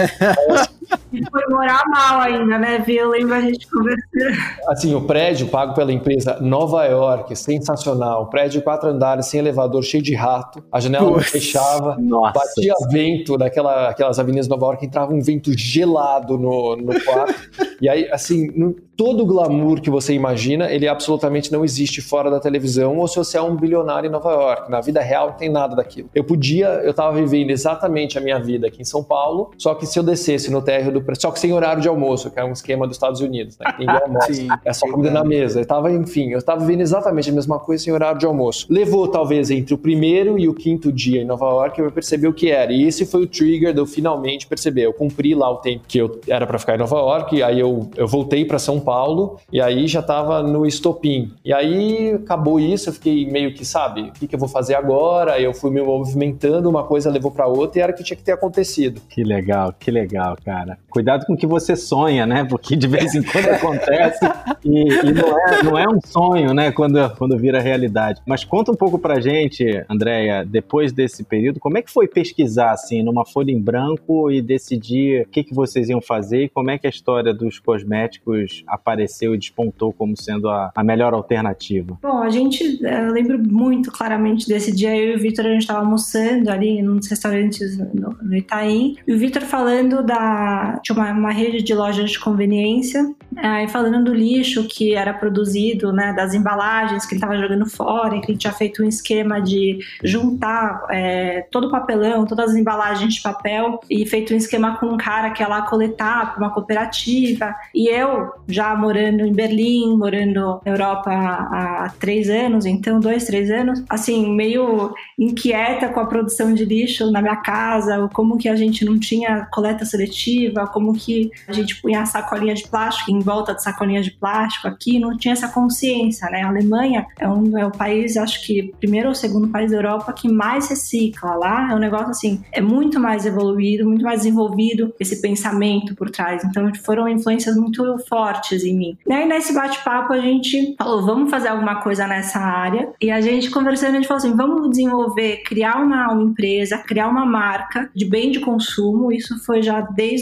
E foi morar mal ainda, né, Vi? Eu lembro a gente conversando. Assim, o prédio pago pela empresa Nova York, sensacional. Prédio de quatro andares, sem elevador, cheio de rato. A janela não fechava. Nossa. Batia vento daquela, aquelas avenidas de Nova York, entrava um vento gelado no, no quarto. E aí, assim, no, todo o glamour que você imagina, ele absolutamente não existe fora da televisão, ou se você é um bilionário em Nova York. Na vida real não tem nada daquilo. Eu podia, eu tava vivendo exatamente a minha vida aqui em São Paulo, só que se eu descesse no térreo do prédio, só que sem horário de almoço, que é um esquema dos Estados Unidos, né? Ninguém almoça, sim, é só comida na mesa. Eu tava, enfim, eu tava vivendo exatamente a mesma coisa sem horário de almoço. Levou, talvez, entre o primeiro e o quinto dia em Nova York, eu percebi o que era. E esse foi o trigger de eu finalmente perceber. Eu cumpri lá o tempo que eu era pra ficar em Nova York, e aí eu, eu voltei pra São Paulo, e aí já tava no estopim. E aí acabou isso, eu fiquei meio que, sabe, o que, que eu vou fazer agora? Eu fui me movimentando, uma coisa levou pra outra, e era o que tinha que ter acontecido. Que legal, que legal, cara. Cuidado com o que você sonha, né? Porque de vez em quando acontece e, e não, é, não é um sonho, né? Quando, quando vira realidade. Mas conta um pouco pra gente, Andréia, depois desse período, como é que foi pesquisar, assim, numa folha em branco e decidir o que, que vocês iam fazer e como é que a história dos cosméticos apareceu e despontou como sendo a, a melhor alternativa? Bom, a gente, eu lembro muito claramente desse dia, eu e o Vitor, a gente estava almoçando ali nos restaurantes no, no Itaim, e o Vitor falando da, de uma, uma rede de lojas de conveniência, aí falando do lixo que era produzido, né, das embalagens que ele estava jogando fora, que ele tinha feito um esquema de juntar é, todo o papelão, todas as embalagens de papel, e feito um esquema com um cara que ia lá coletar para uma cooperativa. E eu, já morando em Berlim, morando na Europa há, há três anos, então dois, três anos, assim, meio inquieta com a produção de lixo na minha casa, como que a gente não tinha coleta seletiva, como que a gente punha a sacolinha de plástico em volta de sacolinha de plástico aqui, não tinha essa consciência, né? A Alemanha é, um, é o país, acho que primeiro ou segundo país da Europa que mais recicla. Lá é um negócio assim, é muito mais evoluído, muito mais desenvolvido esse pensamento por trás, então foram influências muito fortes em mim. E aí nesse bate-papo a gente falou, vamos fazer alguma coisa nessa área, e a gente conversando, a gente falou assim, vamos desenvolver, criar uma, uma empresa, criar uma marca de bem de consumo. Isso foi já desde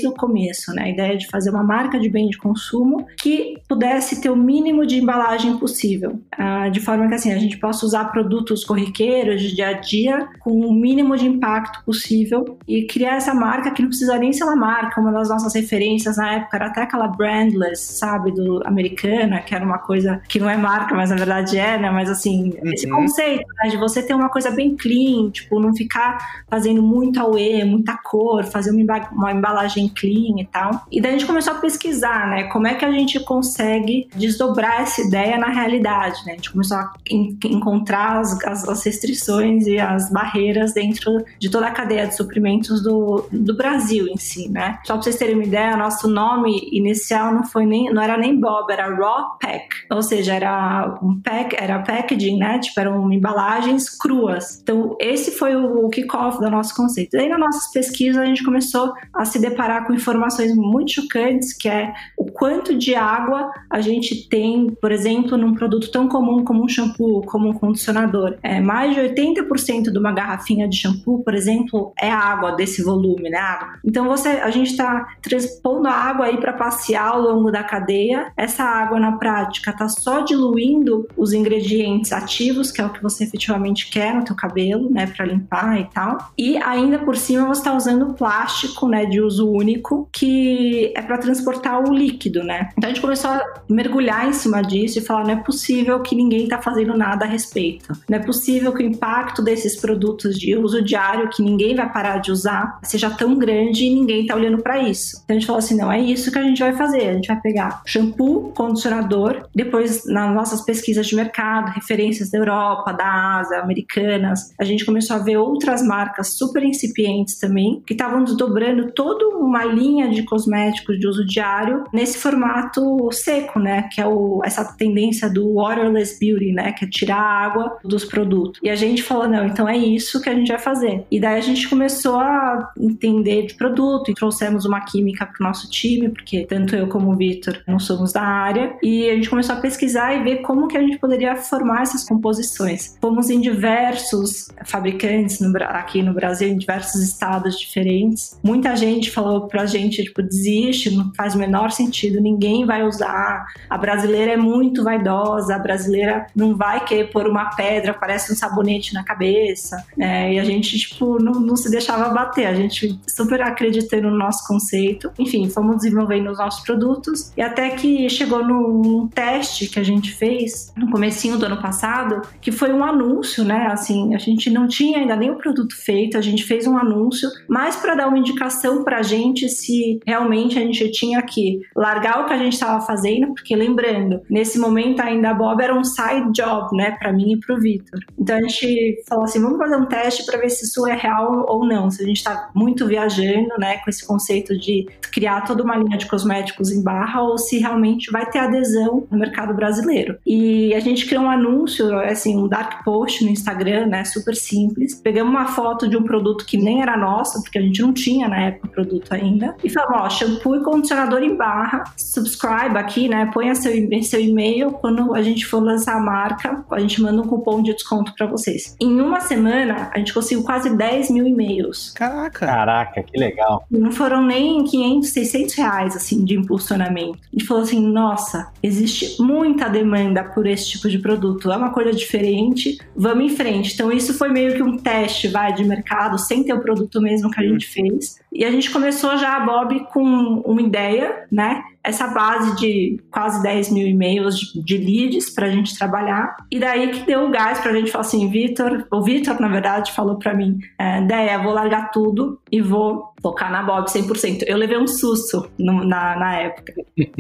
desde o começo, né? A ideia de fazer uma marca de bem de consumo que pudesse ter o mínimo de embalagem possível, uh, de forma que assim, a gente possa usar produtos corriqueiros de dia a dia com o mínimo de impacto possível e criar essa marca que não precisa nem ser uma marca. Uma das nossas referências na época era até aquela Brandless, sabe, do Americana, que era uma coisa que não é marca, mas na verdade é, né? Mas assim, uhum. esse conceito, né, de você ter uma coisa bem clean, tipo, não ficar fazendo muito auê, muita cor, fazer uma, uma embalagem clean e tal. E daí a gente começou a pesquisar, né, como é que a gente consegue desdobrar essa ideia na realidade, né? A gente começou a en- encontrar as, as, as restrições e as barreiras dentro de toda a cadeia de suprimentos do, do Brasil em si, né? Só pra vocês terem uma ideia, nosso nome inicial não foi nem, não era nem Bob, era Raw Pack, ou seja, era um pack, era packaging, né? Tipo, eram embalagens cruas. Então, esse foi o, o kick-off do nosso conceito. Daí, nas nossas pesquisas, a gente começou a se deparar com informações muito chocantes, que é o quanto de água a gente tem, por exemplo, num produto tão comum como um shampoo, como um condicionador. É, mais de oitenta por cento de uma garrafinha de shampoo, por exemplo, é água desse volume, né? Água. Então, você, a gente está transpondo a água aí para passear ao longo da cadeia. Essa água, na prática, está só diluindo os ingredientes ativos, que é o que você efetivamente quer no teu cabelo, né? Para limpar e tal. E ainda por cima, você está usando plástico, né? De uso único, que é para transportar o líquido, né? Então, a gente começou a mergulhar em cima disso e falar, não é possível que ninguém está fazendo nada a respeito. Não é possível que o impacto desses produtos de uso diário, que ninguém vai parar de usar, seja tão grande e ninguém está olhando para isso. Então a gente falou assim, não, é isso que a gente vai fazer. A gente vai pegar shampoo, condicionador, depois nas nossas pesquisas de mercado, referências da Europa, da Ásia, americanas, a gente começou a ver outras marcas super incipientes também, que estavam desdobrando toda uma linha de cosméticos de uso diário nesse formato seco, né, que é o, essa tendência do waterless beauty, né, que é tirar a água dos produtos. E a gente falou, não, então é isso que a gente vai fazer. E daí a gente começou a entender de produto e trouxemos uma química para o nosso time, porque tanto eu como o Vitor não somos da área, e a gente começou a pesquisar e ver como que a gente poderia formar essas composições. Fomos em diversos fabricantes no, aqui no Brasil, em diversos estados diferentes. Muita gente falou pra gente, tipo, desiste, não faz o menor sentido, ninguém vai usar, a brasileira é muito vaidosa, a brasileira não vai querer pôr uma pedra, parece um sabonete na cabeça, é, e a gente, tipo, não, não se deixava bater, a gente super acreditando no nosso conceito. Enfim, fomos desenvolvendo os nossos produtos e até que chegou num, num teste que a gente fez no comecinho do ano passado, que foi um anúncio, né, assim, a gente não tinha ainda nem o produto feito, a gente fez um anúncio, mas para dar uma indicação pra gente se realmente a gente tinha que largar o que a gente estava fazendo, porque lembrando, nesse momento ainda a Bob era um side job, né, pra mim e pro Vitor. Então a gente falou assim, vamos fazer um teste para ver se isso é real ou não, se a gente tá muito viajando, né, com esse conceito de criar toda uma linha de cosméticos em barra ou se realmente vai ter adesão no mercado brasileiro. E a gente criou um anúncio, assim, um dark post no Instagram, né, super simples. Pegamos uma foto de um produto que nem era nosso, porque a gente não tinha na época o produto ainda, e falamos, ó, shampoo e condicionador em barra, subscribe aqui, né, ponha seu, seu e-mail, quando a gente for lançar a marca, a gente manda um cupom de desconto para vocês. Em uma semana, a gente conseguiu quase dez mil e-mails. Caraca! Caraca, que legal! E não foram nem quinhentos, seiscentos reais, assim, de impulsionamento. A gente falou assim, nossa, existe muita demanda por esse tipo de produto, é uma coisa diferente, vamos em frente. Então isso foi meio que um teste, vai, de mercado, sem ter o produto mesmo que a gente fez. E a gente começou já a Bob com uma ideia, né? Essa base de quase dez mil e-mails de, de leads pra gente trabalhar. E daí que deu o gás pra gente falar assim, Vitor, o Vitor, na verdade, falou pra mim, é, Déia, vou largar tudo e vou focar na Bob cem por cento. Eu levei um susto no, na, na época.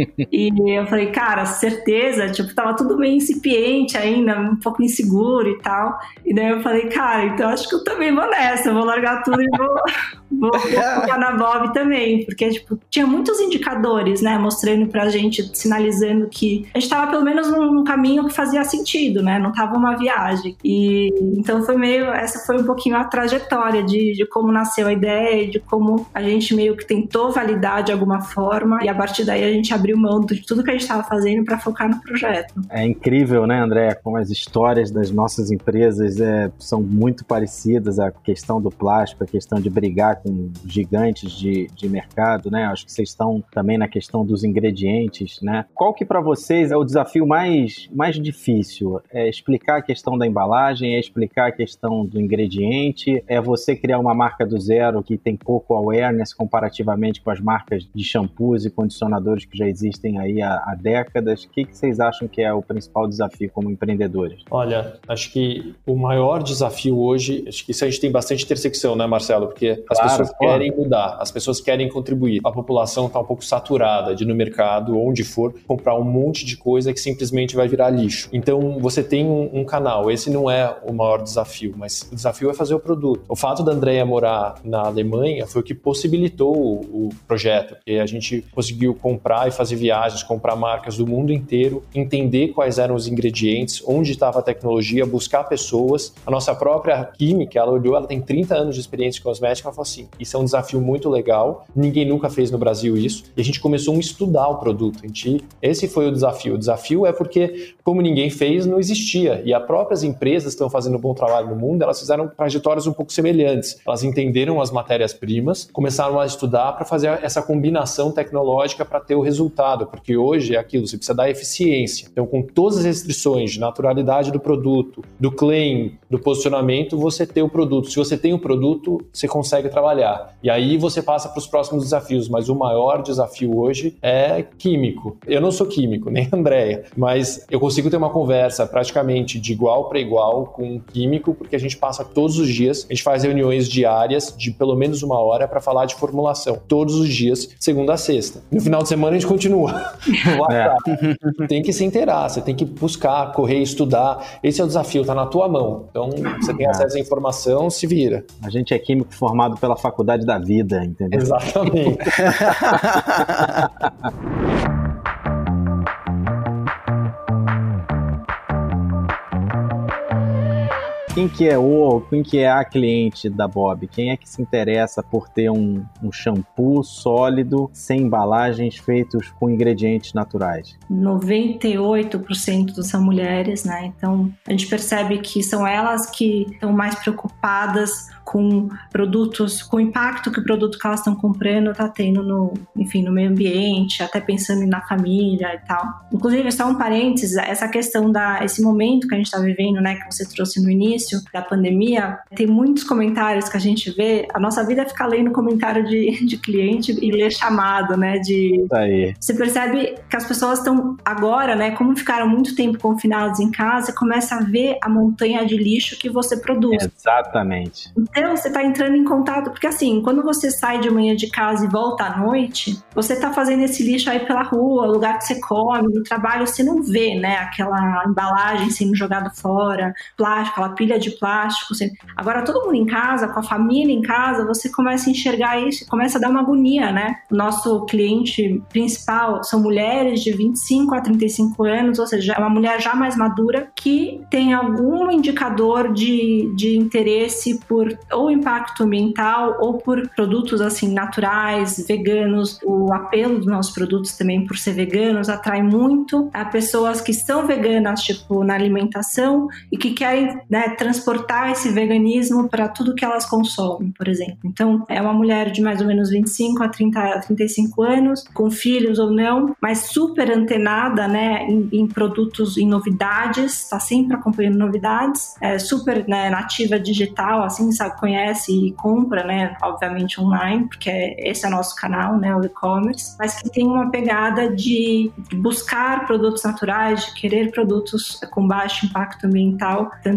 E eu falei, cara, certeza? Tipo, tava tudo meio incipiente ainda, um pouco inseguro e tal. E daí eu falei, cara, então acho que eu também vou nessa, eu vou largar tudo e vou, vou, vou focar na Bob também. Porque, tipo, tinha muitos indicadores, né, mostrando mostrando pra gente, sinalizando que a gente tava pelo menos num, num caminho que fazia sentido, né? Não tava uma viagem. E então foi meio, essa foi um pouquinho a trajetória de, de como nasceu a ideia, de como a gente meio que tentou validar de alguma forma, e a partir daí a gente abriu mão de tudo que a gente estava fazendo para focar no projeto. É incrível, né, André, como as histórias das nossas empresas é, são muito parecidas, a questão do plástico, a questão de brigar com gigantes de, de mercado, né? Acho que vocês estão também na questão dos ingredientes, né? Qual que para vocês é o desafio mais, mais difícil? É explicar a questão da embalagem, é explicar a questão do ingrediente, é você criar uma marca do zero que tem pouco awareness comparativamente com as marcas de shampoos e condicionadores que já existem aí há, há décadas. O que, que vocês acham que é o principal desafio como empreendedores? Olha, acho que o maior desafio hoje, acho que isso a gente tem bastante intersecção, né, Marcelo? Porque as Claro, pessoas pô. querem mudar, as pessoas querem contribuir. A população está um pouco saturada de, no mercado, onde for, comprar um monte de coisa que simplesmente vai virar lixo. Então, você tem um, um canal. Esse não é o maior desafio, mas o desafio é fazer o produto. O fato da Andrea morar na Alemanha foi o que possibilitou o, o projeto, porque a gente conseguiu comprar e fazer viagens, comprar marcas do mundo inteiro, entender quais eram os ingredientes, onde estava a tecnologia, buscar pessoas. A nossa própria química, ela olhou, ela tem trinta anos de experiência em cosmética, ela falou assim, isso é um desafio muito legal, ninguém nunca fez no Brasil isso, e a gente começou a estudar o produto. A gente, esse foi o desafio. O desafio é porque, como ninguém fez, não existia, e as próprias empresas que estão fazendo um bom trabalho no mundo, elas fizeram trajetórias um pouco semelhantes. Elas entenderam as matérias-primas, começaram a estudar para fazer essa combinação tecnológica para ter o resultado, porque hoje é aquilo, você precisa dar eficiência. Então, com todas as restrições de naturalidade do produto, do claim, do posicionamento, você tem o produto. Se você tem o produto, você consegue trabalhar. E aí você passa para os próximos desafios, mas o maior desafio hoje é químico. Eu não sou químico, nem a Andrea, mas eu consigo ter uma conversa praticamente de igual para igual com um químico, porque a gente passa todos os dias, a gente faz reuniões diárias de pelo menos uma hora para falar de formulação, todos os dias, segunda a sexta. No final de semana a gente continua. É. Tem que se inteirar, você tem que buscar, correr, estudar. Esse é o desafio, tá na tua mão. Então, você tem acesso à informação, se vira. A gente é químico formado pela faculdade da vida, entendeu? Exatamente. Quem que é o, quem que é a cliente da Bob? Quem é que se interessa por ter um, um shampoo sólido, sem embalagens, feitos com ingredientes naturais? noventa e oito por cento são mulheres, né? Então, a gente percebe que são elas que estão mais preocupadas com produtos, com o impacto que o produto que elas estão comprando está tendo no, enfim, no meio ambiente, até pensando na família e tal. Inclusive, só um parênteses, essa questão da, esse momento que a gente está vivendo, né, que você trouxe no início da pandemia, tem muitos comentários que a gente vê, a nossa vida é ficar lendo comentário de, de cliente e ler chamado, né, de... Aí. Você percebe que as pessoas estão agora, né, como ficaram muito tempo confinados em casa, você começa a ver a montanha de lixo que você produz. Exatamente. Então, você está entrando em contato, porque assim, quando você sai de manhã de casa e volta à noite, você está fazendo esse lixo aí pela rua, lugar que você come, no trabalho, você não vê, né, aquela embalagem sendo jogada fora, plástico, aquela pilha de plástico. Você... Agora, todo mundo em casa, com a família em casa, você começa a enxergar isso e começa a dar uma agonia, né? O nosso cliente principal são mulheres de vinte e cinco a trinta e cinco anos, ou seja, é uma mulher já mais madura que tem algum indicador de, de interesse por ou impacto ambiental ou por produtos assim naturais, veganos. O apelo dos nossos produtos também por ser veganos atrai muito a pessoas que são veganas, tipo, na alimentação e que querem, né, transportar esse veganismo para tudo que elas consomem, por exemplo. Então, é uma mulher de mais ou menos vinte e cinco a trinta, a trinta e cinco anos, com filhos ou não, mas super antenada, né, em, em produtos, em novidades, está sempre acompanhando novidades, é super, né, nativa digital, assim, sabe, conhece e compra, né, obviamente online, porque esse é o nosso canal, né, o e-commerce, mas que tem uma pegada de buscar produtos naturais, de querer produtos com baixo impacto ambiental, tanto para ela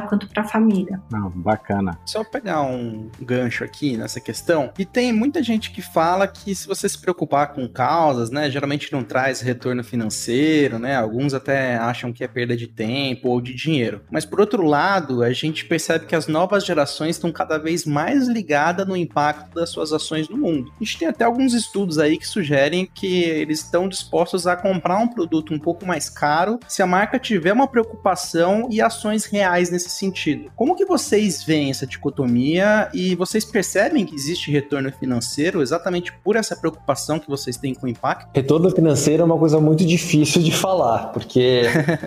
quanto para a família. Não, bacana. Só pegar um gancho aqui nessa questão, e tem muita gente que fala que se você se preocupar com causas, né, geralmente não traz retorno financeiro, né, alguns até acham que é perda de tempo ou de dinheiro. Mas por outro lado, a gente percebe que as novas gerações estão cada vez mais ligadas no impacto das suas ações no mundo. A gente tem até alguns estudos aí que sugerem que eles estão dispostos a comprar um produto um pouco mais caro se a marca tiver uma preocupação e ações reais nesse sentido. Como que vocês veem essa dicotomia e vocês percebem que existe retorno financeiro exatamente por essa preocupação que vocês têm com o impacto? Retorno financeiro é uma coisa muito difícil de falar, porque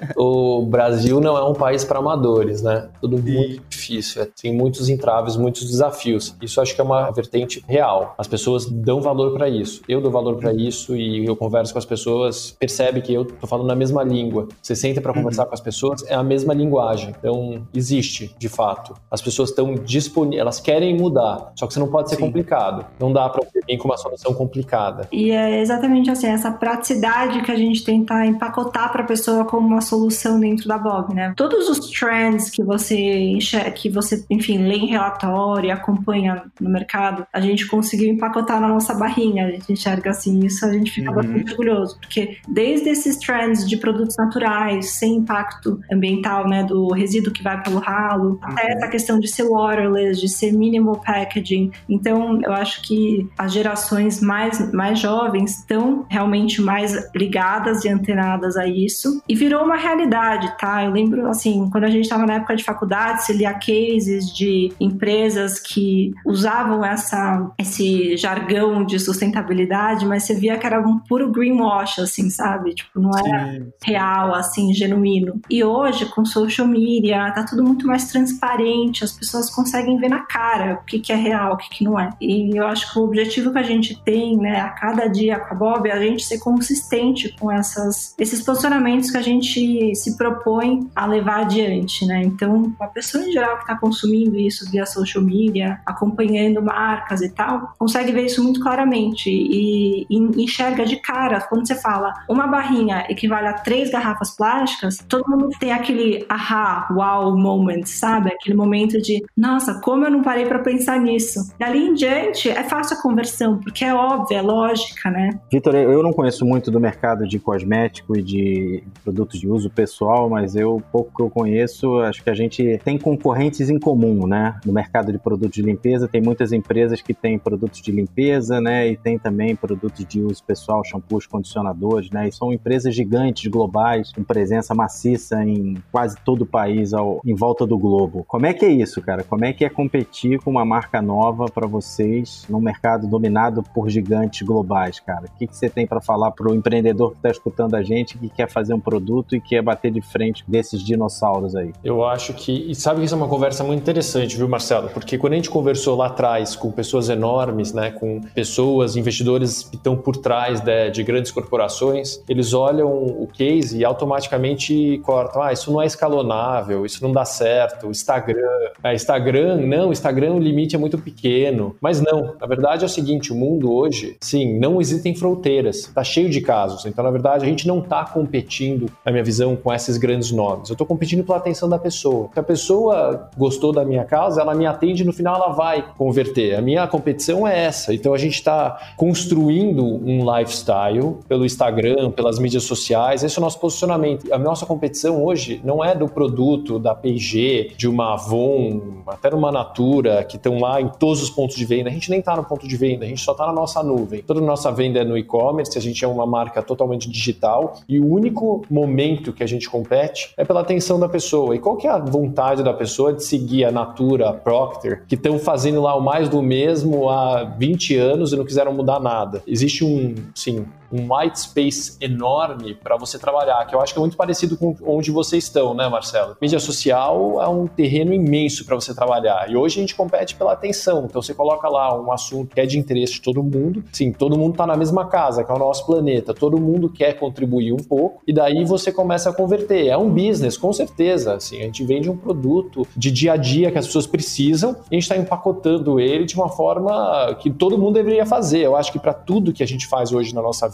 o Brasil não é um país para amadores, né? Tudo muito difícil, tem muitos entraves, muitos desafios. Isso acho que é uma vertente real. As pessoas dão valor para isso. Eu dou valor para isso e eu converso com as pessoas, percebe que eu tô falando na mesma língua. Você senta para conversar uhum. com as pessoas, é a mesma linguagem. Então, existe, de fato. As pessoas estão disponíveis, elas querem mudar, só que isso não pode ser Sim. complicado. Não dá para vir com uma solução complicada. E é exatamente assim, essa praticidade que a gente tenta empacotar para a pessoa como uma solução dentro da Bob, né? Todos os trends que você enxerga, que você, enfim, lê em relatório e acompanha no mercado, a gente conseguiu empacotar na nossa barrinha. A gente enxerga assim, isso a gente fica uhum. bastante orgulhoso, porque desde esses trends de produtos naturais, sem impacto ambiental, né, do resíduo que vai pelo ralo, uhum. até essa questão de ser waterless, de ser minimal packaging. Então, eu acho que as gerações mais, mais jovens estão realmente mais ligadas e antenadas a isso, e virou uma realidade, tá? Eu lembro, assim, quando a gente estava na época de faculdade, você lia cases de empresas que usavam essa, esse jargão de sustentabilidade, mas você via que era um puro greenwash, assim, sabe? Tipo, não era Sim. real, assim, genuíno. E hoje, com social media, tá tudo muito mais transparente, as pessoas conseguem ver na cara o que, que é real, o que, que não é. E eu acho que o objetivo que a gente tem, né, a cada dia com a Bob, é a gente ser consistente com essas, esses posicionamentos que a gente se propõe a levar adiante, né? Então, a pessoa em geral que está consumindo isso via social media, acompanhando marcas e tal, consegue ver isso muito claramente e, e enxerga de cara. Quando você fala uma barrinha equivale a três garrafas plásticas, todo mundo tem aquele aha, wow moment, sabe? Aquele momento de, nossa, como eu não parei para pensar nisso. Dali em diante, é fácil a conversão, porque é óbvio, é lógica, né? Vitor, eu não conheço muito do mercado de cosmético e de produtos de uso pessoal, mas eu, pouco que eu conheço, acho que a gente tem concorrentes em comum, né? No mercado de produtos de limpeza, tem muitas empresas que têm produtos de limpeza, né? E tem também produtos de uso pessoal, shampoos, condicionadores, né? E são empresas gigantes, globais, com presença maciça em quase todo o país, ao, em volta do globo. Como é que é isso, cara? Como é que é competir com uma marca nova para vocês num mercado dominado por gigantes globais, cara? O que, que você tem para falar pro empreendedor que está escutando a gente, que quer fazer um produto e quer bater de frente desses dinossauros aí? Eu acho que... E sabe que isso é uma conversa muito interessante, viu, Marcelo? Porque quando a gente conversou lá atrás com pessoas enormes, né, com pessoas, investidores que estão por trás de, de grandes corporações, eles olham o case e automaticamente cortam. Ah, isso não é escalonável, isso não dá certo, Instagram... É, Instagram, não, Instagram o limite é muito pequeno. Mas não, na verdade é o seguinte, o mundo hoje, sim, não existem fronteiras, tá cheio de casos. Então, na verdade, a gente não tá competindo, na minha visão, com esses grandes nomes. Eu tô competindo pela atenção da pessoa. Se a pessoa gostou da minha causa, ela me atende e no final ela vai converter. A minha competição é essa. Então, a gente tá construindo um lifestyle pelo Instagram, pelas mídias sociais. Esse é o nosso posicionamento. A nossa competição hoje não é do produto da P e G, de uma Avon, até numa Natura, que estão lá em todos os pontos de venda. A gente nem tá no ponto de venda, a gente só tá na nossa nuvem. Toda a nossa venda é no e-commerce, a gente é uma marca totalmente digital e o único momento que a gente compete é pela atenção da pessoa. E qual que é a vontade da pessoa de seguir a Natura, a Procter, que estão fazendo lá o mais do mesmo há vinte anos e não quiseram mudar nada? Existe um, sim, um white space enorme para você trabalhar, que eu acho que é muito parecido com onde vocês estão, né, Marcelo? Mídia social é um terreno imenso para você trabalhar e hoje a gente compete pela atenção, então você coloca lá um assunto que é de interesse de todo mundo, sim, todo mundo está na mesma casa, que é o nosso planeta, todo mundo quer contribuir um pouco e daí você começa a converter, é um business, com certeza, assim, a gente vende um produto de dia a dia que as pessoas precisam e a gente está empacotando ele de uma forma que todo mundo deveria fazer. Eu acho que para tudo que a gente faz hoje na nossa vida,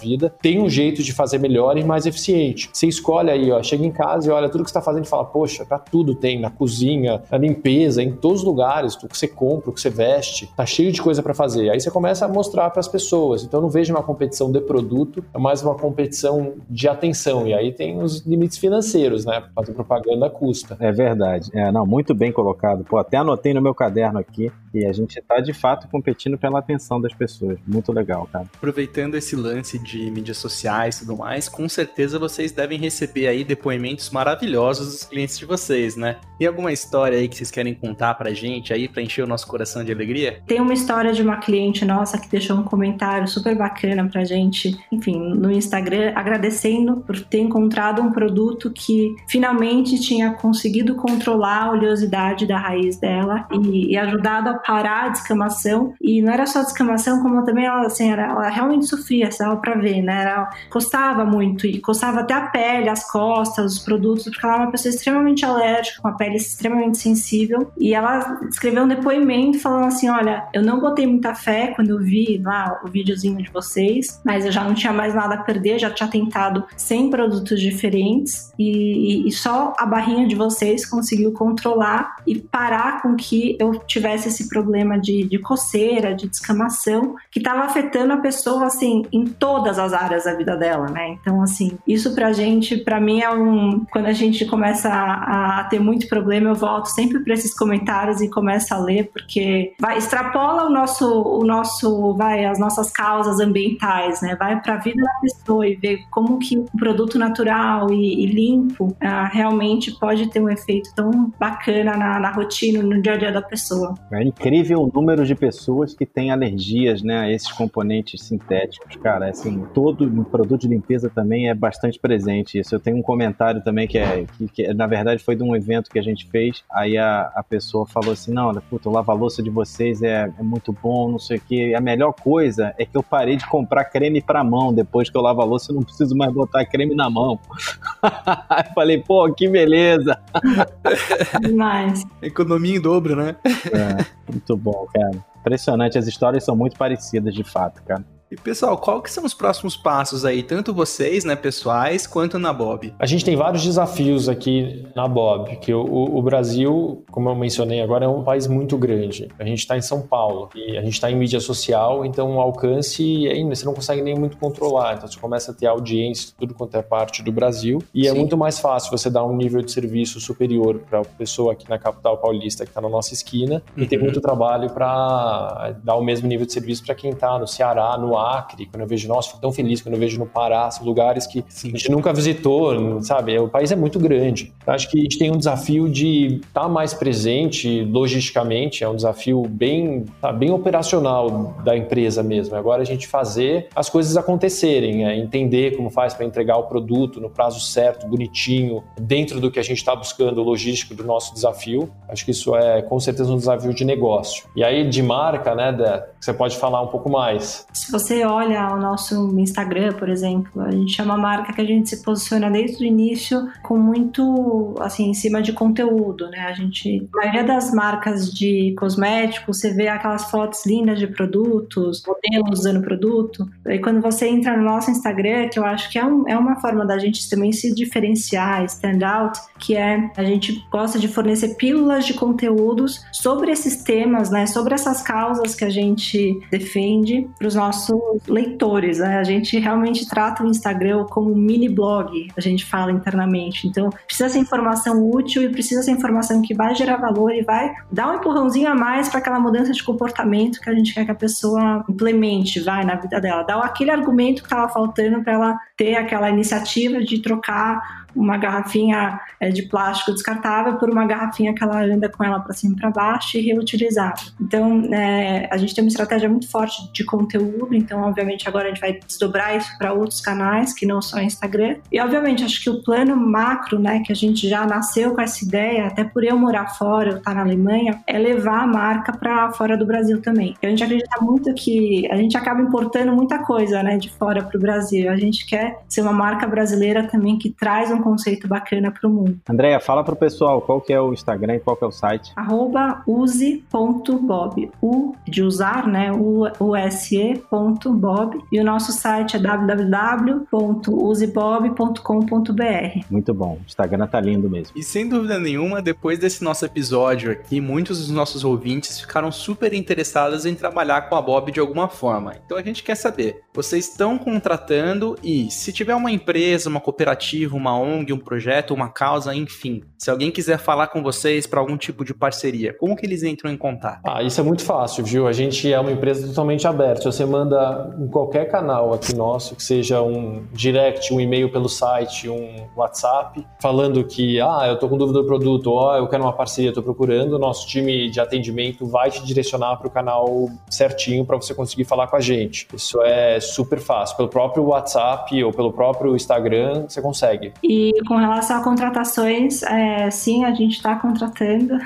vida, tem um jeito de fazer melhor e mais eficiente. Você escolhe aí, ó, chega em casa e olha tudo que você está fazendo e fala, poxa, pra tudo tem, na cozinha, na limpeza, em todos os lugares, o que você compra, o que você veste, tá cheio de coisa para fazer. Aí você começa a mostrar para as pessoas. Então eu não vejo uma competição de produto, é mais uma competição de atenção. E aí tem os limites financeiros, né? Fazer propaganda custa. É verdade. É, não, muito bem colocado. Pô, até anotei no meu caderno aqui e a gente tá de fato competindo pela atenção das pessoas. Muito legal, cara. Aproveitando esse lance de mídias sociais e tudo mais, com certeza vocês devem receber aí depoimentos maravilhosos dos clientes de vocês, né? Tem alguma história aí que vocês querem contar pra gente aí, pra encher o nosso coração de alegria? Tem uma história de uma cliente nossa que deixou um comentário super bacana pra gente, enfim, no Instagram, agradecendo por ter encontrado um produto que finalmente tinha conseguido controlar a oleosidade da raiz dela e, e ajudado a parar a descamação. E não era só a descamação, como também ela, assim, era, ela realmente sofria, dava pra ver, né? Ela coçava muito e coçava até a pele, as costas, os produtos, porque ela é uma pessoa extremamente alérgica, com a pele extremamente sensível. E ela escreveu um depoimento falando assim, olha, eu não botei muita fé quando eu vi lá o videozinho de vocês, mas eu já não tinha mais nada a perder, já tinha tentado cem produtos diferentes e, e só a barrinha de vocês conseguiu controlar e parar com que eu tivesse esse problema de, de coceira, de descamação, que estava afetando a pessoa, assim, em todas as áreas da vida dela, né? Então, assim, isso pra gente, pra mim é um... Quando a gente começa a, a ter muito problema, eu volto sempre pra esses comentários e começo a ler, porque vai, extrapola o nosso, o nosso, vai, as nossas causas ambientais, né? Vai pra vida da pessoa e ver como que um produto natural e, e limpo uh, realmente pode ter um efeito tão bacana na, na rotina, no dia a dia da pessoa. É incrível o número de pessoas que têm alergias, né, a esses componentes sintéticos, cara, assim, todo produto de limpeza também é bastante presente isso. Eu tenho um comentário também que é, que, que na verdade foi de um evento que a gente fez, aí a, a pessoa falou assim, não, puta, o lava-louça de vocês é, é muito bom, não sei o que, a melhor coisa é que eu parei de comprar creme pra mão, depois que eu lavo a louça eu não preciso mais botar creme na mão. Aí falei, pô, que beleza. Demais. Economia em dobro, né? É, muito bom, cara. Impressionante, as histórias são muito parecidas, de fato, cara. E pessoal, qual que são os próximos passos aí, tanto vocês, né, pessoais, quanto na Bob? A gente tem vários desafios aqui na Bob, que o, o Brasil, como eu mencionei agora, é um país muito grande. A gente está em São Paulo e a gente está em mídia social, então o alcance ainda você não consegue nem muito controlar. Então você começa a ter audiência de tudo quanto é parte do Brasil e Sim. é muito mais fácil você dar um nível de serviço superior para a pessoa aqui na capital paulista que está na nossa esquina uhum. e tem muito trabalho para dar o mesmo nível de serviço para quem está no Ceará, no Acre, quando eu vejo, nossa, fico tão feliz quando eu vejo no Pará, são lugares que Sim. a gente nunca visitou, sabe? O país é muito grande. Eu acho que a gente tem um desafio de estar mais presente logisticamente, é um desafio bem, tá, bem operacional da empresa mesmo. Agora a gente fazer as coisas acontecerem, é entender como faz para entregar o produto no prazo certo, bonitinho, dentro do que a gente está buscando, logístico do nosso desafio. Acho que isso é com certeza um desafio de negócio. E aí de marca, né, Dé, você pode falar um pouco mais. Se você olha o nosso Instagram, por exemplo, a gente é uma marca que a gente se posiciona desde o início com muito, assim, em cima de conteúdo, né? A gente, a maioria das marcas de cosméticos, você vê aquelas fotos lindas de produtos, modelos usando produto. E quando você entra no nosso Instagram, que eu acho que é, um, é uma forma da gente também se diferenciar, stand out, que é, a gente gosta de fornecer pílulas de conteúdos sobre esses temas, né? Sobre essas causas que a gente defende para os nossos leitores, né? A gente realmente trata o Instagram como um mini blog, a gente fala internamente. Então, precisa ser informação útil e precisa ser informação que vai gerar valor e vai dar um empurrãozinho a mais para aquela mudança de comportamento que a gente quer que a pessoa implemente, vai, na vida dela. Dá aquele argumento que estava faltando para ela ter aquela iniciativa de trocar uma garrafinha é, de plástico descartável por uma garrafinha que ela anda com ela para cima e para baixo e reutilizável. Então, é, a gente tem uma estratégia muito forte de conteúdo, então, obviamente, agora a gente vai desdobrar isso para outros canais, que não só Instagram. E, obviamente, acho que o plano macro, né, que a gente já nasceu com essa ideia, até por eu morar fora, eu estar na Alemanha, é levar a marca para fora do Brasil também. A gente acredita muito que a gente acaba importando muita coisa, né, de fora para o Brasil. A gente quer ser uma marca brasileira também que traz um conceito bacana para o mundo. Andréia, fala para o pessoal qual que é o Instagram e qual que é o site. Arroba use ponto bob. U de usar, né? U S E ponto bob. E o nosso site é w w w ponto use bob ponto com ponto b r. Muito bom. O Instagram tá lindo mesmo. E sem dúvida nenhuma, depois desse nosso episódio aqui, muitos dos nossos ouvintes ficaram super interessados em trabalhar com a Bob de alguma forma. Então a gente quer saber, vocês estão contratando e se tiver uma empresa, uma cooperativa, uma O N G, um projeto, uma causa, enfim, se alguém quiser falar com vocês para algum tipo de parceria, como que eles entram em contato? Ah, isso é muito fácil, viu? A gente é uma empresa totalmente aberta. Se você manda em qualquer canal aqui nosso, que seja um direct, um e-mail pelo site, um WhatsApp, falando que, ah, eu tô com dúvida do produto, ó, eu quero uma parceria, tô procurando, o nosso time de atendimento vai te direcionar para o canal certinho para você conseguir falar com a gente. Isso é super fácil. Pelo próprio WhatsApp ou pelo próprio Instagram, você consegue. E com relação a contratações, é, sim, a gente está contratando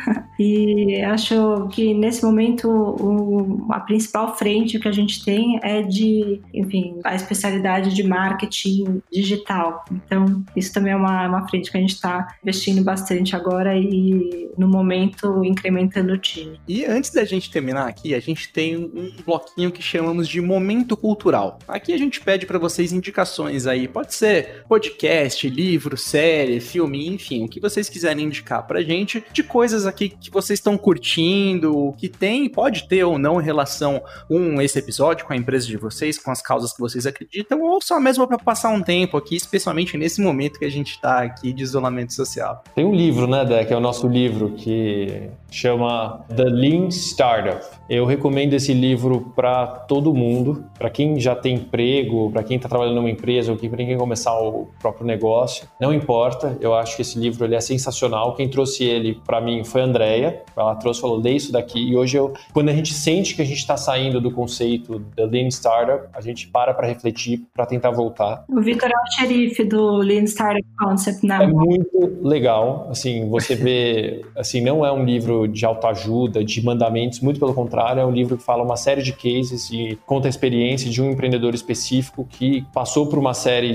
e acho que nesse momento o, a principal frente que a gente tem é de, enfim, a especialidade de marketing digital. Então, isso também é uma, uma frente que a gente está investindo bastante agora e, no momento, incrementando o time. E antes da gente terminar aqui, a gente tem um bloquinho que chamamos de Momento Cultural. Aqui a gente pede para vocês indicações aí, pode ser podcast, livro, série, filme, enfim, o que vocês quiserem indicar pra gente, de coisas aqui que vocês estão curtindo, que tem, pode ter ou não relação com esse episódio, com a empresa de vocês, com as causas que vocês acreditam, ou só mesmo para passar um tempo aqui, especialmente nesse momento que a gente tá aqui de isolamento social. Tem um livro, né, Dé, que é o nosso livro, que chama The Lean Startup. Eu recomendo esse livro para todo mundo, para quem já tem emprego, para quem está trabalhando numa empresa ou para quem quer começar o próprio negócio. Não importa, eu acho que esse livro ele é sensacional. Quem trouxe ele para mim foi a Andréia. Ela trouxe e falou, lê isso daqui. E hoje, eu, quando a gente sente que a gente está saindo do conceito da Lean Startup, a gente para para refletir, para tentar voltar. O Vitor é o xerife do Lean Startup Concept, né? É muito legal, assim, você vê, assim, não é um livro de autoajuda, de mandamentos, muito pelo contrário, é um livro que fala uma série de cases e conta a experiência de um empreendedor específico que passou por uma série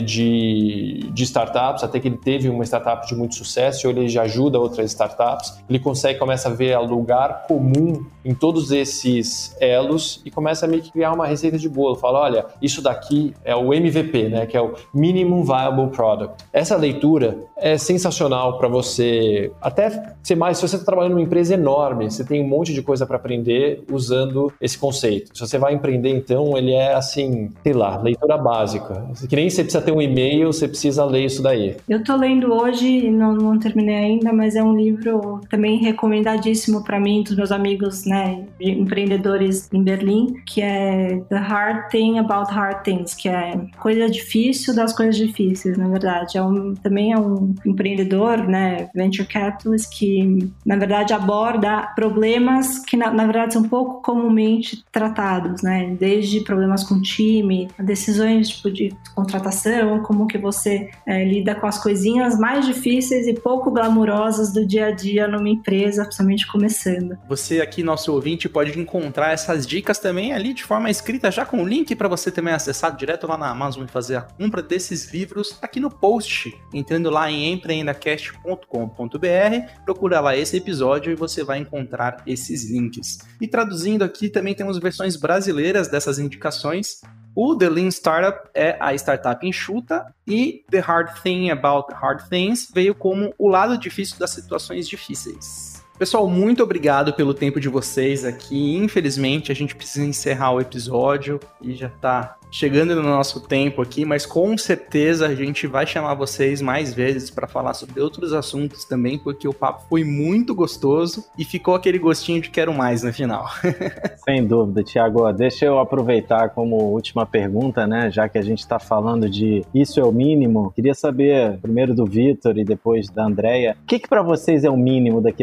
de, de startups, até que ele teve uma startup de muito sucesso, ou ele já ajuda outras startups, ele consegue, começa a ver o lugar comum em todos esses elos e começa a meio que criar uma receita de bolo, fala, olha, isso daqui é o M V P, né, que é o Minimum Viable Product. Essa leitura é sensacional para você, até ser mais, se você está trabalhando numa empresa enorme, você tem um monte de coisa para aprender usando esse conceito. Se você vai empreender, então, ele é assim, sei lá, leitura básica. Que nem você precisa ter um e-mail, você precisa ler isso daí. Eu tô lendo hoje, não, não terminei ainda, mas é um livro também recomendadíssimo para mim, dos meus amigos, né, empreendedores em Berlim, que é The Hard Thing About Hard Things, que é coisa difícil das coisas difíceis, na verdade. É um, também é um empreendedor, né, venture capitalist, que, na verdade, aborda problemas que, na, na verdade, são pouco comumente tratados, né, desde problemas com time, decisões tipo, de contratação, como que você é, lida com as coisinhas mais difíceis e pouco glamourosas do dia a dia numa empresa, principalmente começando. Você aqui, nosso ouvinte, pode encontrar essas dicas também ali de forma escrita, já com o link para você também acessar direto lá na Amazon e fazer a compra desses livros aqui no post, entrando lá em empreendacast ponto com ponto b r, procura lá esse episódio e você vai encontrar esses links. E traduzindo aqui, também temos versões brasileiras dessas indicações. O The Lean Startup é a startup enxuta e The Hard Thing About Hard Things veio como o lado difícil das situações difíceis. Pessoal, muito obrigado pelo tempo de vocês aqui. Infelizmente, a gente precisa encerrar o episódio e já tá chegando no nosso tempo aqui, mas com certeza a gente vai chamar vocês mais vezes para falar sobre outros assuntos também, porque o papo foi muito gostoso e ficou aquele gostinho de quero mais no final. Sem dúvida, Thiago. Deixa eu aproveitar como última pergunta, né? Já que a gente está falando de isso é o mínimo, queria saber primeiro do Vitor e depois da Andréia, o que que para vocês é o mínimo daqui para frente?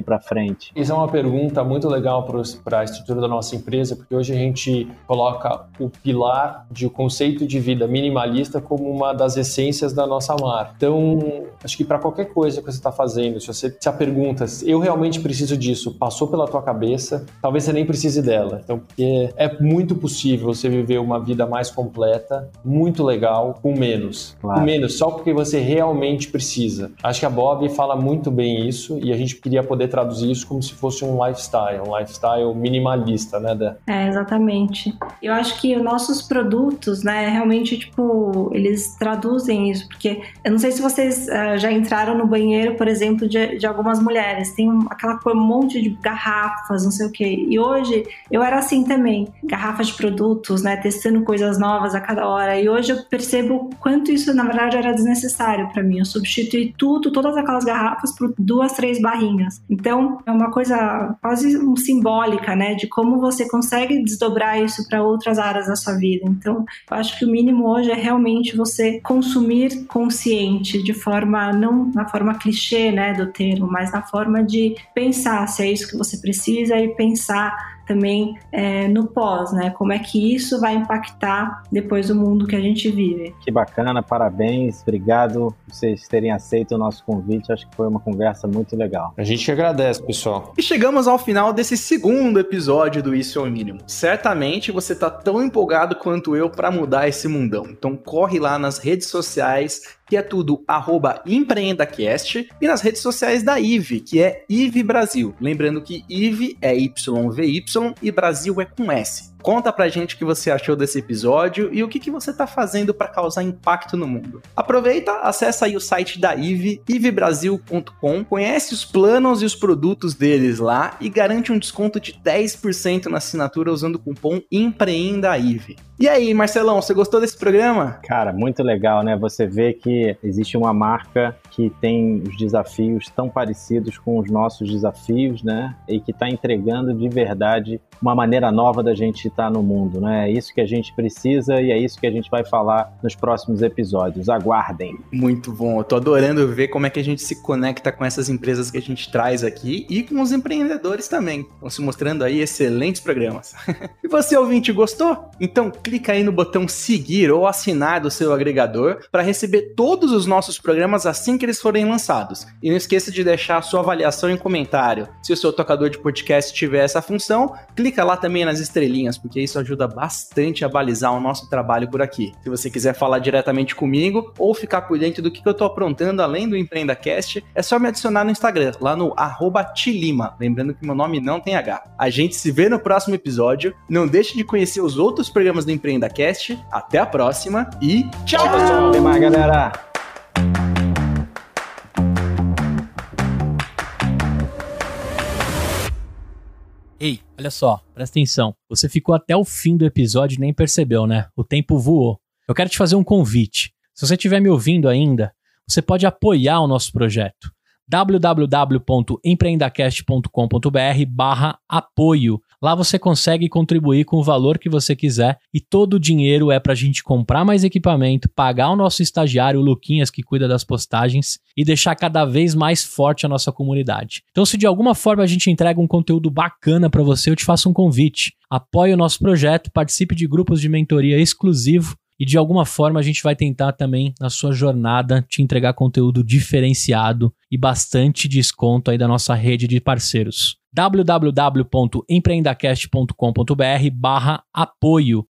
diferente? Isso é uma pergunta muito legal para a estrutura da nossa empresa, porque hoje a gente coloca o pilar de o conceito de vida minimalista como uma das essências da nossa marca. Então, acho que para qualquer coisa que você está fazendo, se você se a pergunta, eu realmente preciso disso, passou pela tua cabeça, talvez você nem precise dela. Então, porque é muito possível você viver uma vida mais completa, muito legal, com menos. Claro. Com menos, só porque você realmente precisa. Acho que a Bob fala muito bem isso e a gente queria poder traduzir isso como se fosse um lifestyle, um lifestyle minimalista, né, Dé? É, exatamente. Eu acho que os nossos produtos, né, realmente, tipo, eles traduzem isso, porque eu não sei se vocês uh, já entraram no banheiro, por exemplo, de, de algumas mulheres, tem um, aquela cor, um monte de garrafas, não sei o quê, e hoje eu era assim também, garrafas de produtos, né, testando coisas novas a cada hora, e hoje eu percebo o quanto isso, na verdade, era desnecessário para mim. Eu substituí tudo, todas aquelas garrafas por duas, três barrinhas. Então, é uma coisa quase um simbólica, né, de como você consegue desdobrar isso para outras áreas da sua vida. Então, eu acho que o mínimo hoje é realmente você consumir consciente, de forma, não na forma clichê, né, do termo, mas na forma de pensar se é isso que você precisa e pensar também é, no pós, né? Como é que isso vai impactar depois o mundo que a gente vive. Que bacana, parabéns, obrigado por vocês terem aceito o nosso convite, acho que foi uma conversa muito legal. A gente que agradece, pessoal. E chegamos ao final desse segundo episódio do Isso é o Mínimo. Certamente você tá tão empolgado quanto eu para mudar esse mundão. Então corre lá nas redes sociais, que é tudo arroba EmpreendaCast, e nas redes sociais da I V E, que é I V E Brasil. Lembrando que I V E é Y V Y e Brasil é com S. Conta pra gente o que você achou desse episódio e o que, que você tá fazendo para causar impacto no mundo. Aproveita, acessa aí o site da I V E, i v e brasil ponto com, conhece os planos e os produtos deles lá e garante um desconto de dez por cento na assinatura usando o cupom EmpreendaIV. E aí, Marcelão, você gostou desse programa? Cara, muito legal, né? Você vê que existe uma marca que tem os desafios tão parecidos com os nossos desafios, né? E que está entregando de verdade uma maneira nova da gente estar no mundo, né? É isso que a gente precisa e é isso que a gente vai falar nos próximos episódios. Aguardem. Muito bom. Eu tô adorando ver como é que a gente se conecta com essas empresas que a gente traz aqui e com os empreendedores também. Estão se mostrando aí excelentes programas. E você, ouvinte, gostou? Então clica aí no botão seguir ou assinar do seu agregador para receber todos os nossos programas assim que eles forem lançados. E não esqueça de deixar a sua avaliação em comentário. Se o seu tocador de podcast tiver essa função, clica lá também nas estrelinhas, porque isso ajuda bastante a balizar o nosso trabalho por aqui. Se você quiser falar diretamente comigo ou ficar por dentro do que eu tô aprontando além do EmpreendaCast, é só me adicionar no Instagram, lá no arroba tilima. Lembrando que meu nome não tem H. A gente se vê no próximo episódio. Não deixe de conhecer os outros programas do EmpreendaCast. Até a próxima e tchau, tchau, pessoal! Até mais, galera! Ei, olha só, presta atenção. Você ficou até o fim do episódio e nem percebeu, né? O tempo voou. Eu quero te fazer um convite. Se você estiver me ouvindo ainda, você pode apoiar o nosso projeto. w w w ponto empreendacast ponto com ponto b r barra apoio. Lá você consegue contribuir com o valor que você quiser e todo o dinheiro é para a gente comprar mais equipamento, pagar o nosso estagiário, o Luquinhas, que cuida das postagens, e deixar cada vez mais forte a nossa comunidade. Então, se de alguma forma a gente entrega um conteúdo bacana para você, eu te faço um convite. Apoie o nosso projeto, participe de grupos de mentoria exclusivo e de alguma forma a gente vai tentar também, na sua jornada, te entregar conteúdo diferenciado e bastante desconto aí da nossa rede de parceiros. w w w ponto empreendacast ponto com ponto b r barra apoio.